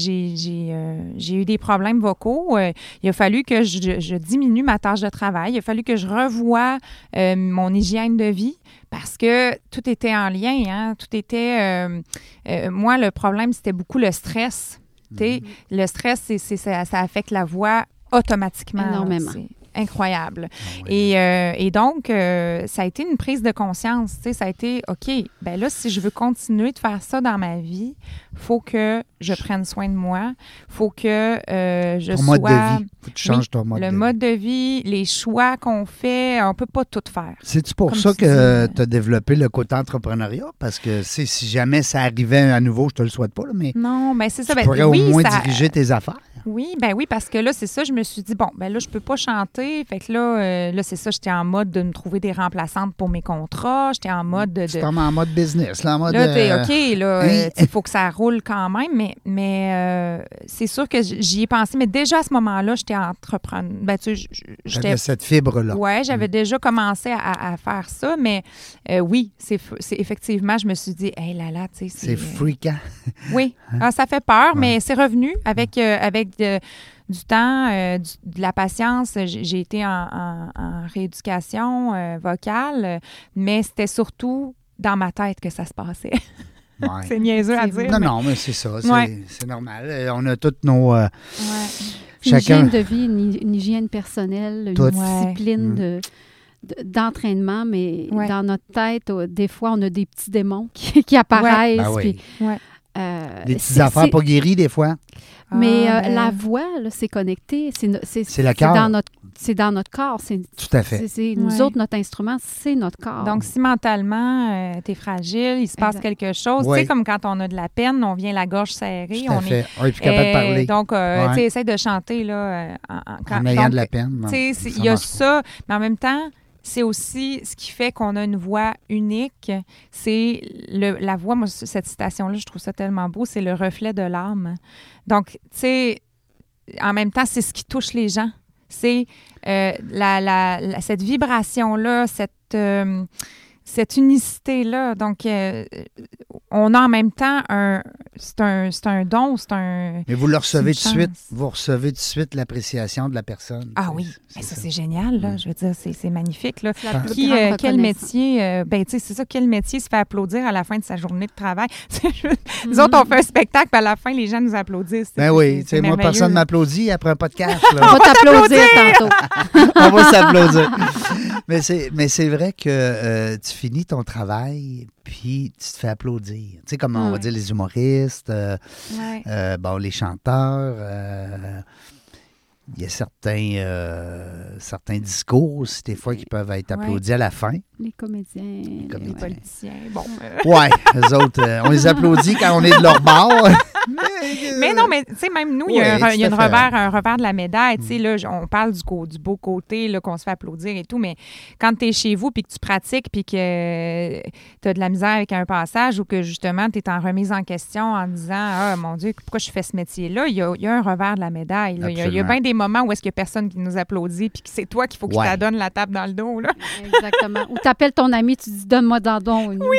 j'ai eu des problèmes vocaux. Il a fallu que je diminue ma tâche de travail. Il a fallu que je revoie mon hygiène de vie parce que tout était en lien. Hein? Tout était... moi, le problème, c'était beaucoup le stress. Le stress, ça affecte la voix automatiquement. Énormément. C'est incroyable. Et donc, ça a été une prise de conscience. Ça a été, OK, ben là, si je veux continuer de faire ça dans ma vie, il faut que je prenne soin de moi. Il faut que je ton sois... mode de vie. Faut que tu changes ton mode de vie. Le mode de vie, les choix qu'on fait, on ne peut pas tout faire. C'est-tu pour ça que tu as développé le côté entrepreneuriat? Parce que si jamais ça arrivait à nouveau, je te le souhaite pas, là, mais non, mais c'est ça. Tu pourrais au moins diriger tes affaires. Oui, parce que là, c'est ça, je me suis dit, bon, ben là, je peux pas chanter. Fait que là, c'est ça, j'étais en mode de me trouver des remplaçantes pour mes contrats. J'étais en mode de... C'est en mode business, là, en mode... Là, t'es OK, là, il faut que ça roule quand même, mais c'est sûr que j'y ai pensé. Mais déjà, à ce moment-là, j'étais entrepreneur. Ben, tu sais, j'avais cette fibre-là. Oui, j'avais déjà commencé à faire ça, mais oui, c'est effectivement, je me suis dit, hey là, tu sais... C'est freakant. Oui, ça fait peur, mais c'est revenu avec du temps, de la patience. J'ai été en rééducation vocale, mais c'était surtout dans ma tête que ça se passait. C'est niaiseux à dire. Non, mais c'est ça. C'est normal. On a toutes nos... Une hygiène de vie, une hygiène personnelle, une discipline d'entraînement, mais dans notre tête, des fois, on a des petits démons qui apparaissent. Des petites affaires pas guéries, des fois. Mais la voix, là, c'est connecté. C'est le cœur. C'est dans notre corps. Tout à fait. Nous autres, notre instrument, c'est notre corps. Donc, si mentalement, tu es fragile, il se passe quelque chose. Tu sais, comme quand on a de la peine, on vient la gorge serrée. Tout à fait. On est plus capable de parler. Donc, tu sais, essaie de chanter là, en ayant de la peine. Tu sais, il y a ça, mais en même temps, c'est aussi ce qui fait qu'on a une voix unique. C'est la voix, moi, cette citation-là, je trouve ça tellement beau, c'est le reflet de l'âme. Donc, tu sais, en même temps, c'est ce qui touche les gens. C'est cette vibration-là, cette unicité-là. Donc, on a en même temps c'est un don, c'est un... Mais vous le recevez tout de suite. Vous recevez tout de suite l'appréciation de la personne. Ah oui, mais ça, c'est génial, là. Je veux dire, c'est magnifique, là. Quel métier... tu sais, c'est ça, quel métier se fait applaudir à la fin de sa journée de travail? Nous autres, on fait un spectacle, puis à la fin, les gens nous applaudissent. Ben oui, tu sais, moi, personne ne m'applaudit après un podcast, là. On va t'applaudir tantôt. On va s'applaudir. Mais c'est vrai que tu finis ton travail, puis tu te fais applaudir. Tu sais, comme on va dire les humoristes, les chanteurs. Il y a certains discours aussi, des fois, qui peuvent être applaudis à la fin. Les comédiens. Les politiciens. Bon. Ouais, eux autres, on les applaudit quand on est de leur bord. Mais non, mais tu sais, même nous, il y a un revers de la médaille. Tu sais, là, on parle du beau côté, là, qu'on se fait applaudir et tout, mais quand tu es chez vous puis que tu pratiques puis que tu as de la misère avec un passage ou que justement tu es en remise en question en disant « Ah, mon Dieu, pourquoi je fais ce métier-là? » Il y a un revers de la médaille. Là. Il y a bien des moments où est-ce qu'il n'y a personne qui nous applaudit puis que c'est toi qu'il faut que tu t'adonnes la tape dans le dos. Là. Exactement. Ou tu appelles ton ami, tu dis « Donne-moi dans don. » Oui,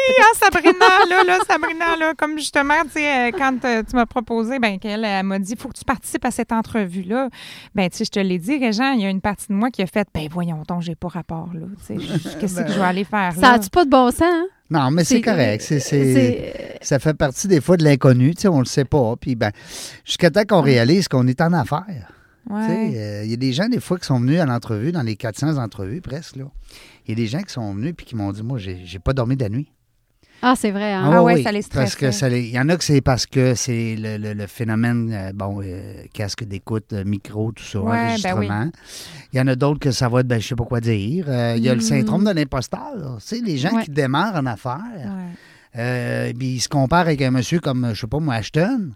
Sabrina, là, comme justement, tu sais, quand tu m'as proposé, ben qu'elle m'a dit, il faut que tu participes à cette entrevue-là. Ben, tu sais, je te l'ai dit, Régent, il y a une partie de moi qui a fait, ben voyons donc, j'ai pas rapport, là. Tu sais, qu'est-ce que je vais aller faire, là? Ça a-tu pas de bon sens, hein? Non, mais c'est correct. Ça fait partie des fois de l'inconnu, tu sais, on le sait pas. Puis, ben, jusqu'à temps qu'on réalise qu'on est en affaires. Ouais. Il y a des gens, des fois, qui sont venus à l'entrevue, dans les 400 entrevues presque, là. Il y a des gens qui sont venus puis qui m'ont dit, moi, j'ai pas dormi de la nuit. Ah, c'est vrai, hein? Ah oui, ça les stresse. Il y en a que c'est parce que c'est le phénomène, casque d'écoute, micro, tout ça, enregistrement. Ben oui. Il y en a d'autres que ça va être, je sais pas quoi dire. Il y a le syndrome de l'imposteur. Tu sais, les gens qui démarrent en affaires, puis ils se comparent avec un monsieur comme, je sais pas moi, Ashton.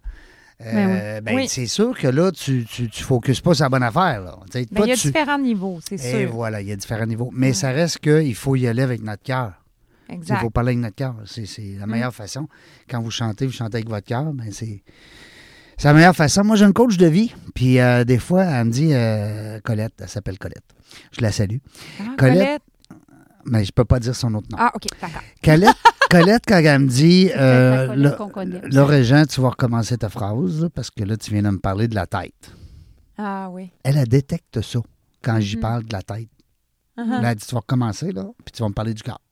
C'est sûr que là, tu focuses pas sur la bonne affaire. Là. Il y a différents niveaux, c'est sûr. Et voilà, il y a différents niveaux. Mais ça reste qu'il faut y aller avec notre cœur. Exact. Il faut parler avec notre cœur. C'est la meilleure façon. Quand vous chantez avec votre cœur, ben c'est la meilleure façon. Moi, j'ai une coach de vie. Puis des fois, elle me dit, Colette, elle s'appelle Colette. Je la salue. Colette. Mais je peux pas dire son autre nom. Ah, OK, d'accord. Colette, quand elle me dit, là, Régent, tu vas recommencer ta phrase, là, parce que là, tu viens de me parler de la tête. Ah oui. Elle détecte ça quand j'y parle de la tête. Là, elle dit, tu vas recommencer, là, puis tu vas me parler du cœur.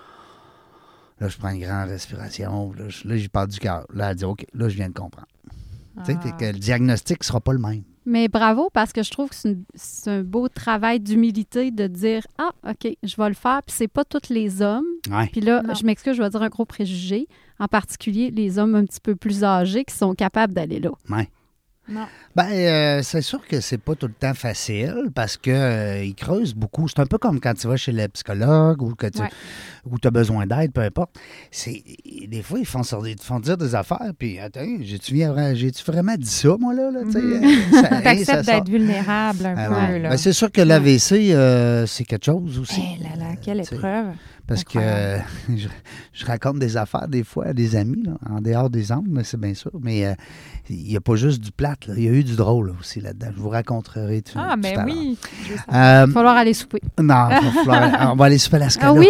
Là, je prends une grande respiration. Là, j'y parle du cœur. Là, elle dit, OK, là, je viens de comprendre. Tu sais, que le diagnostic ne sera pas le même. Mais bravo, parce que je trouve que c'est un beau travail d'humilité de dire « Ah, OK, je vais le faire. » Puis c'est pas tous les hommes. Ouais. Puis là, je m'excuse, je vais dire un gros préjugé. En particulier, les hommes un petit peu plus âgés qui sont capables d'aller là. Ouais. Non. Ben, c'est sûr que c'est pas tout le temps facile parce que ils creusent beaucoup. C'est un peu comme quand tu vas chez le psychologue ou que tu as besoin d'aide, peu importe. Des fois, ils te font dire des affaires, puis attends, j'ai-tu vraiment dit ça, moi, là? T'acceptes d'être vulnérable un peu, là. Ben, c'est sûr que l'AVC, c'est quelque chose aussi. Eh là là, quelle épreuve! Parce que je raconte des affaires des fois à des amis, là, en dehors des angles, c'est bien sûr. Mais il n'y a pas juste du plate. Là. Il y a eu du drôle aussi là-dedans. Je vous raconterai tout à l'heure. Oui. Il va falloir aller souper. Non, on va aller souper à la Scala. Ah oui!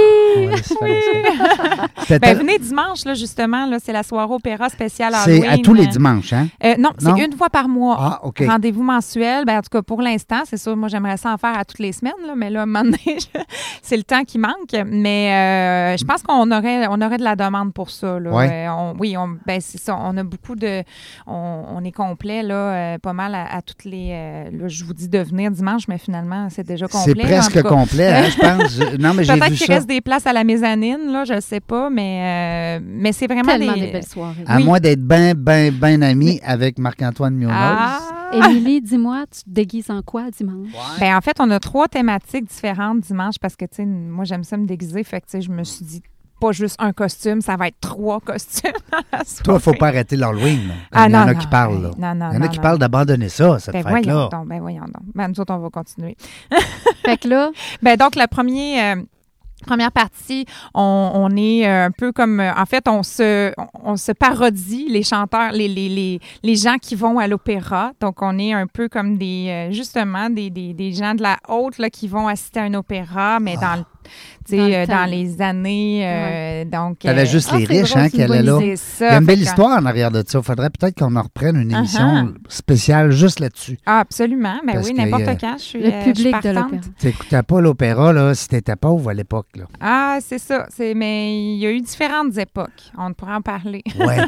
Venez dimanche, là, justement. Là, c'est la soirée opéra spéciale Halloween. C'est à tous les dimanches, hein? Non, c'est une fois par mois. Ah, OK. Rendez-vous mensuel. Ben, en tout cas, pour l'instant, c'est sûr, moi, j'aimerais ça en faire à toutes les semaines. Là, mais là, à un moment donné, c'est le temps qui manque. Mais je pense qu'on aurait de la demande pour ça. Là. Ouais. C'est ça. On a beaucoup de... On est complet, là, pas mal à toutes les... là, je vous dis de venir dimanche, mais finalement, c'est déjà complet. C'est presque complet, hein, je pense. Non, mais j'ai vu ça. Peut-être qu'il reste des places à la mezzanine, là, je ne sais pas, mais c'est vraiment tellement des belles soirées. À moins d'être bien ami avec Marc-Antoine Munoz. Émilie, dis-moi, tu te déguises en quoi dimanche? Ouais. Ben, en fait, on a 3 thématiques différentes dimanche parce que, tu sais, moi, j'aime ça me déguiser. Fait que, tu sais, je me suis dit, pas juste un costume, ça va être 3 costumes à la soirée. Toi, il ne faut pas arrêter l'Halloween. Il y en a qui parlent. Là. Non, il y en a qui parlent d'abandonner ça, cette fête-là. Voyons donc. Ben, nous autres, on va continuer. Fait que là... Ben, donc, la première partie, on est un peu comme... En fait, on se parodie, les chanteurs, les gens qui vont à l'opéra. Donc, on est un peu comme des gens de la haute là, qui vont assister à un opéra, mais dans les années... donc, tu avais juste les riches qui allaient là. Il y a une belle histoire en arrière de ça. Il faudrait peut-être qu'on en reprenne une émission spéciale juste là-dessus. Ah, absolument. Ben oui, n'importe quand. Je suis le public de l'opéra. Tu n'écoutais pas l'opéra là, si tu étais pauvre à l'époque. Là. Ah, c'est ça. Mais il y a eu différentes époques. On pourrait en parler. Oui.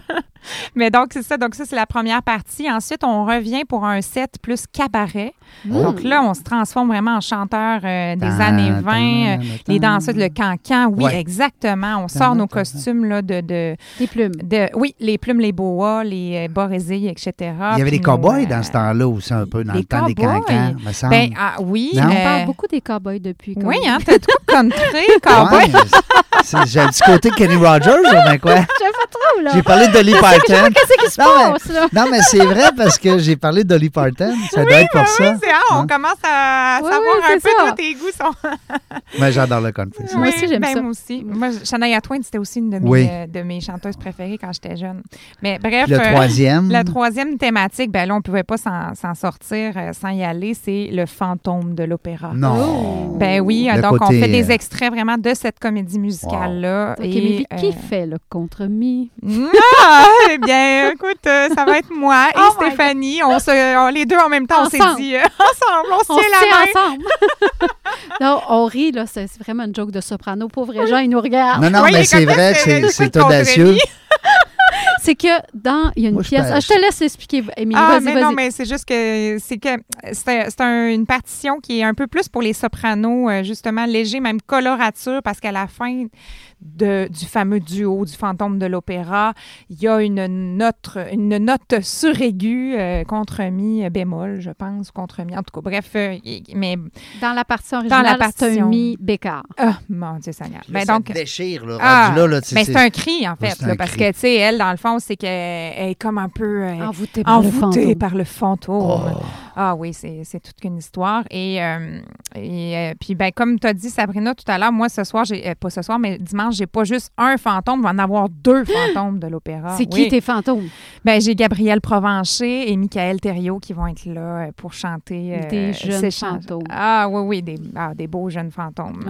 Mais donc, c'est ça. Donc, ça, c'est la première partie. Ensuite, on revient pour un set plus cabaret. Donc là, on se transforme vraiment en chanteur des années 20. Les danseuses, le cancan. Oui, exactement. On sort nos costumes là, des plumes. Oui, les plumes, les boas, les bas résillés, etc. Il y avait des cow-boys dans ce temps-là aussi, un peu, dans le temps des cancans, me semble. Ben, oui. On parle beaucoup des cow-boys depuis. Oui, hein, t'as tout country, cow-boy. J'ai un petit côté Kenny Rogers, mais quoi? Je sais pas trop, là. J'ai parlé de Dolly Parton. Qu'est-ce qui se passe, là? Non, mais c'est vrai parce que j'ai parlé de Dolly Parton. Ça doit être pour ça. Oui, on commence à savoir un peu toi, tes goûts sont. Mais j'adore le country. Moi aussi, j'aime ça. Moi aussi. Moi, Shania Twain, c'était aussi une de mes chanteuses préférées quand j'étais jeune. Mais bref. Puis le troisième. La troisième thématique, ben là, on ne pouvait pas s'en sortir sans y aller, c'est le fantôme de l'opéra. Non. Ben oui, donc on fait des extraits vraiment de cette comédie musicale-là. OK, mais qui fait le contre-mi? Eh bien, écoute, ça va être moi et Stéphanie. Les deux en même temps, on s'est dit ensemble, on se tient la main. Ensemble. Non, on rit, là, c'est vraiment une joke de soprano. Pauvres gens, ils nous regardent. Non, mais c'est vrai que c'est audacieux. C'est que il y a une pièce. Je te laisse expliquer, Émilie. Vas-y. Non, mais c'est juste que c'est une partition qui est un peu plus pour les sopranos, justement, léger, même colorature, parce qu'à la fin du fameux duo du fantôme de l'opéra, il y a une note suraiguë contre-mi bémol, je pense, contre-mi. En tout cas, bref, mais dans la partie originale, c'est un mi bécard. Ah, mon Dieu Seigneur. Ben donc, ça déchire, là. Mais c'est un cri, en fait, là, parce que, tu sais, elle, dans le fond, c'est qu'elle est comme un peu envoûtée par le fantôme. Oh. Ah oui, c'est toute une histoire. Et puis, ben, comme tu as dit, Sabrina, tout à l'heure, moi, ce soir, pas ce soir, mais dimanche, j'ai pas juste un fantôme, il va en avoir deux fantômes de l'opéra. C'est qui tes fantômes? Ben, j'ai Gabrielle Provencher et Michael Thériault qui vont être là pour chanter. Des jeunes fantômes. Ah oui, des beaux jeunes fantômes.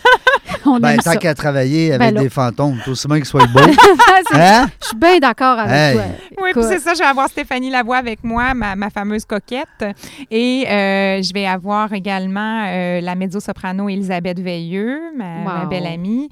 Tant qu'à travailler avec des fantômes, tout aussi bien qu'ils soient beaux. Je suis bien d'accord avec toi. Oui, puis c'est ça, je vais avoir Stéphanie Lavoie avec moi, ma fameuse coquette. Et je vais avoir également la mezzo-soprano Elisabeth Veilleux, ma belle amie.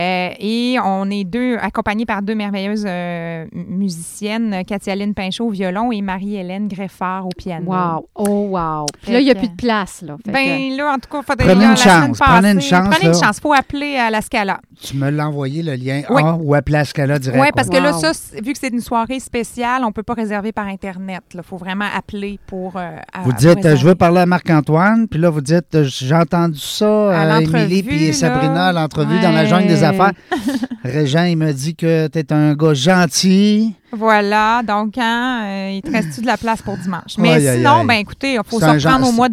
Et on est accompagnés par deux merveilleuses musiciennes, Katia-Lyne Pinchot au violon et Marie-Hélène Greffard au piano. Wow! Oh, wow! Puis là, il n'y a plus de place, là. Là, en tout cas, prenez une chance. Prenez une chance. Il faut appeler à la Scala. Tu me l'as envoyé, le lien ou appeler à la Scala direct. Oui, parce que là, ça, vu que c'est une soirée spéciale, on ne peut pas réserver par Internet. Il faut vraiment appeler pour vous dites, je veux parler à Marc-Antoine, puis là, vous dites, j'ai entendu ça, Émilie puis Sabrina, à l'entrevue dans la jungle des affaires. Régent, il me dit que tu es un gars gentil. Voilà, donc il te reste-tu de la place pour dimanche? Mais sinon, ben écoutez, il faut se reprendre au mois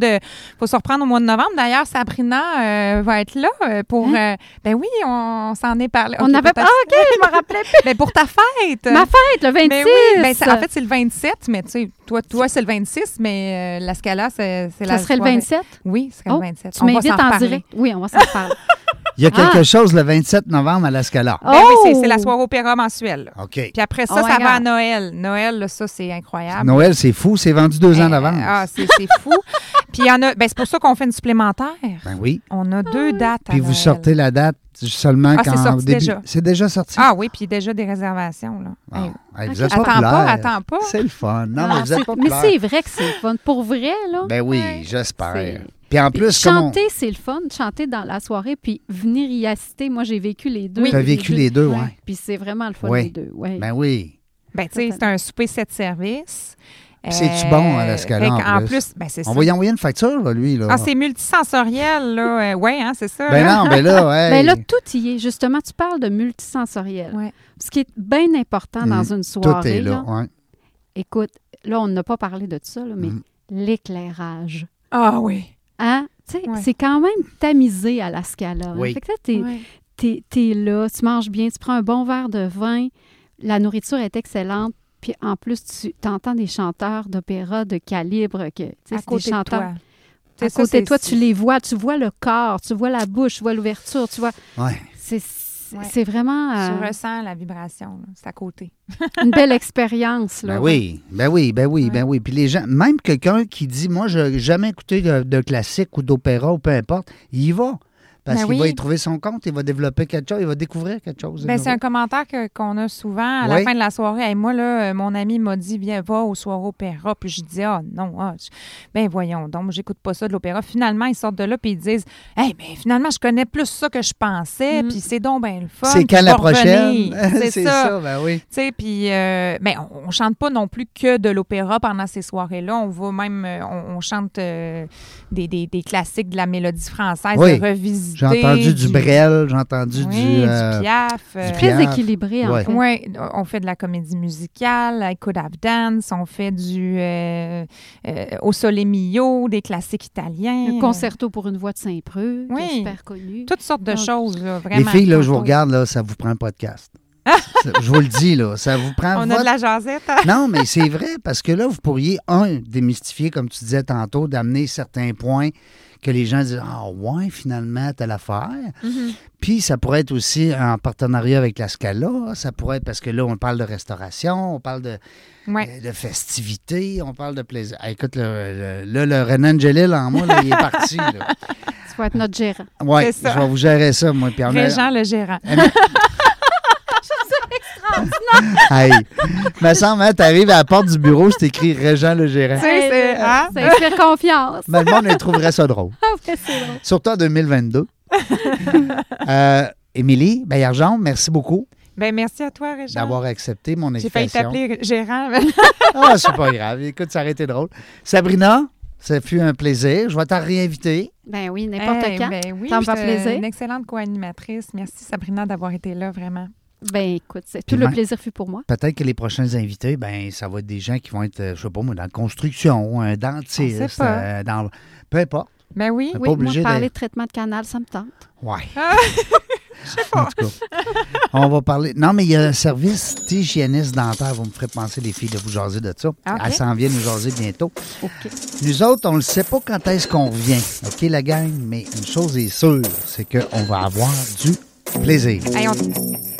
de novembre. D'ailleurs, Sabrina va être là pour... ben oui, on s'en est parlé. On avait... OK, je me rappelais plus. Ben pour ta fête. Ma fête, le 26. Ben oui, en fait, c'est le 27, mais tu sais, toi c'est le 26, mais la Scala, c'est la... Ça serait le 27? Oui, ce serait le 27. Tu m'invites en direct. Oui, on va s'en parler. Il y a quelque chose le 27 novembre à la Scala. Ben oui, c'est la soirée opéra mensuelle. OK. Puis après ça, ça va à Noël. Noël, là, ça, c'est incroyable. Noël, c'est fou. C'est vendu 2 ans d'avance. C'est fou. Puis il y en a... Ben, c'est pour ça qu'on fait une supplémentaire. Ben oui. On a 2 dates à Puis vous sortez la date seulement quand... c'est sorti début. déjà. C'est déjà sorti? Ah oui, puis déjà des réservations, là. Vous êtes populaire. Attends pas. C'est le fun. Non, mais vous êtes populaire. Mais c'est vrai que c'est le fun. Pour vrai, là. Ben oui, j'espère. Puis en plus, chanter, c'est le fun. Chanter dans la soirée, puis venir y assister. Moi, j'ai vécu les deux. Oui, tu as vécu les deux, oui. Puis c'est vraiment le fun, les deux. Ouais. Ben oui. Ben, tu sais, c'est un souper 7 services. C'est-tu bon à la Scala en plus? Ben, c'est on va y envoyer une facture, là, lui. Là. C'est multisensoriel, là. Oui, hein, c'est ça. Ben non, ben là, ouais. Ben là, tout y est. Justement, tu parles de multisensoriel. Ouais. Ce qui est bien important dans une soirée. Tout est là, ouais. Écoute, là, on n'a pas parlé de ça, là, mais l'éclairage. Ah oui. Hein? Tu sais, c'est quand même tamisé à la Scala. Oui. Fait que là, t'es là, tu manges bien, tu prends un bon verre de vin, la nourriture est excellente, puis en plus, tu entends des chanteurs d'opéra de calibre que, à côté des chanteurs. De toi. À côté de toi, tu les vois, tu vois le corps, tu vois la bouche, tu vois l'ouverture, tu vois. Ouais. C'est vraiment... Tu ressens la vibration, là. C'est à côté. Une belle expérience, là. Ben oui. Puis les gens, même quelqu'un qui dit, moi, je n'ai jamais écouté de classique ou d'opéra ou peu importe, il y va. Parce qu'il va y trouver son compte, il va développer quelque chose, il va découvrir quelque chose. C'est un commentaire qu'on a souvent à la fin de la soirée. Hey, moi, là, mon ami m'a dit, viens, va au soir opéra. Puis je dis, ben voyons donc, j'écoute pas ça de l'opéra. Finalement, ils sortent de là puis ils disent, hey, ben finalement, je connais plus ça que je pensais. Puis c'est donc ben le fun. C'est quand la prochaine? C'est ça, ben oui. Tu sais, puis on chante pas non plus que de l'opéra pendant ces soirées-là. On va même, on chante des classiques de la mélodie française, de revisiter. J'ai entendu du Brel, j'ai entendu du Piaf. Très équilibré, en fait. Oui, on fait de la comédie musicale, I Could Have Dance, on fait du Au Sole Mio, des classiques italiens. Un concerto pour une voix de Saint-Preux, qui est super connu. Toutes sortes de choses, là, vraiment. Les filles, là, je vous regarde, là, ça vous prend un podcast. Je vous le dis, là, ça vous prend... On a de la jasette. Non, mais c'est vrai, parce que là, vous pourriez, démystifier, comme tu disais tantôt, d'amener certains points que les gens disent « Ah ouais, finalement, telle affaire. Puis ça pourrait être aussi en partenariat avec la Scala. Ça pourrait être parce que là, on parle de restauration, on parle de festivités, on parle de plaisir. Ah, écoute, le Renan Angelil en moi, là, il est parti. Là. Tu vas être notre gérant. Oui, je vais vous gérer ça, moi. Puis Régent, le gérant. Hey, me semble, hein, t'arrives à la porte du bureau, c'est écrit Régent le gérant. Ça inspire confiance. Mais le monde trouverait ça drôle. C'est drôle. Surtout en 2022. Émilie Baillargeon, merci beaucoup. Ben merci à toi, Régent. D'avoir accepté mon invitation. J'ai failli t'appeler gérant. C'est pas grave. Écoute, ça aurait été drôle. Sabrina, ça fut un plaisir. Je vais t'en réinviter. Ben oui, n'importe quand. Ben oui, ça me fait plaisir. Une excellente co-animatrice. Merci, Sabrina, d'avoir été là, vraiment. Ben écoute, tout le plaisir fut pour moi. Peut-être que les prochains invités, ben ça va être des gens qui vont être, je sais pas moi, dans la construction, un dentiste, peu importe. Ben oui. Moi, parler de traitement de canal, ça me tente. Oui. Je sais pas. En tout cas, on va parler... Non, mais il y a un service hygiéniste dentaire. Vous me ferez penser, les filles, de vous jaser de ça. Okay. Elle s'en vient nous jaser bientôt. Okay. Nous autres, on ne sait pas quand est-ce qu'on revient. OK, la gang? Mais une chose est sûre, c'est qu'on va avoir du plaisir. Hey,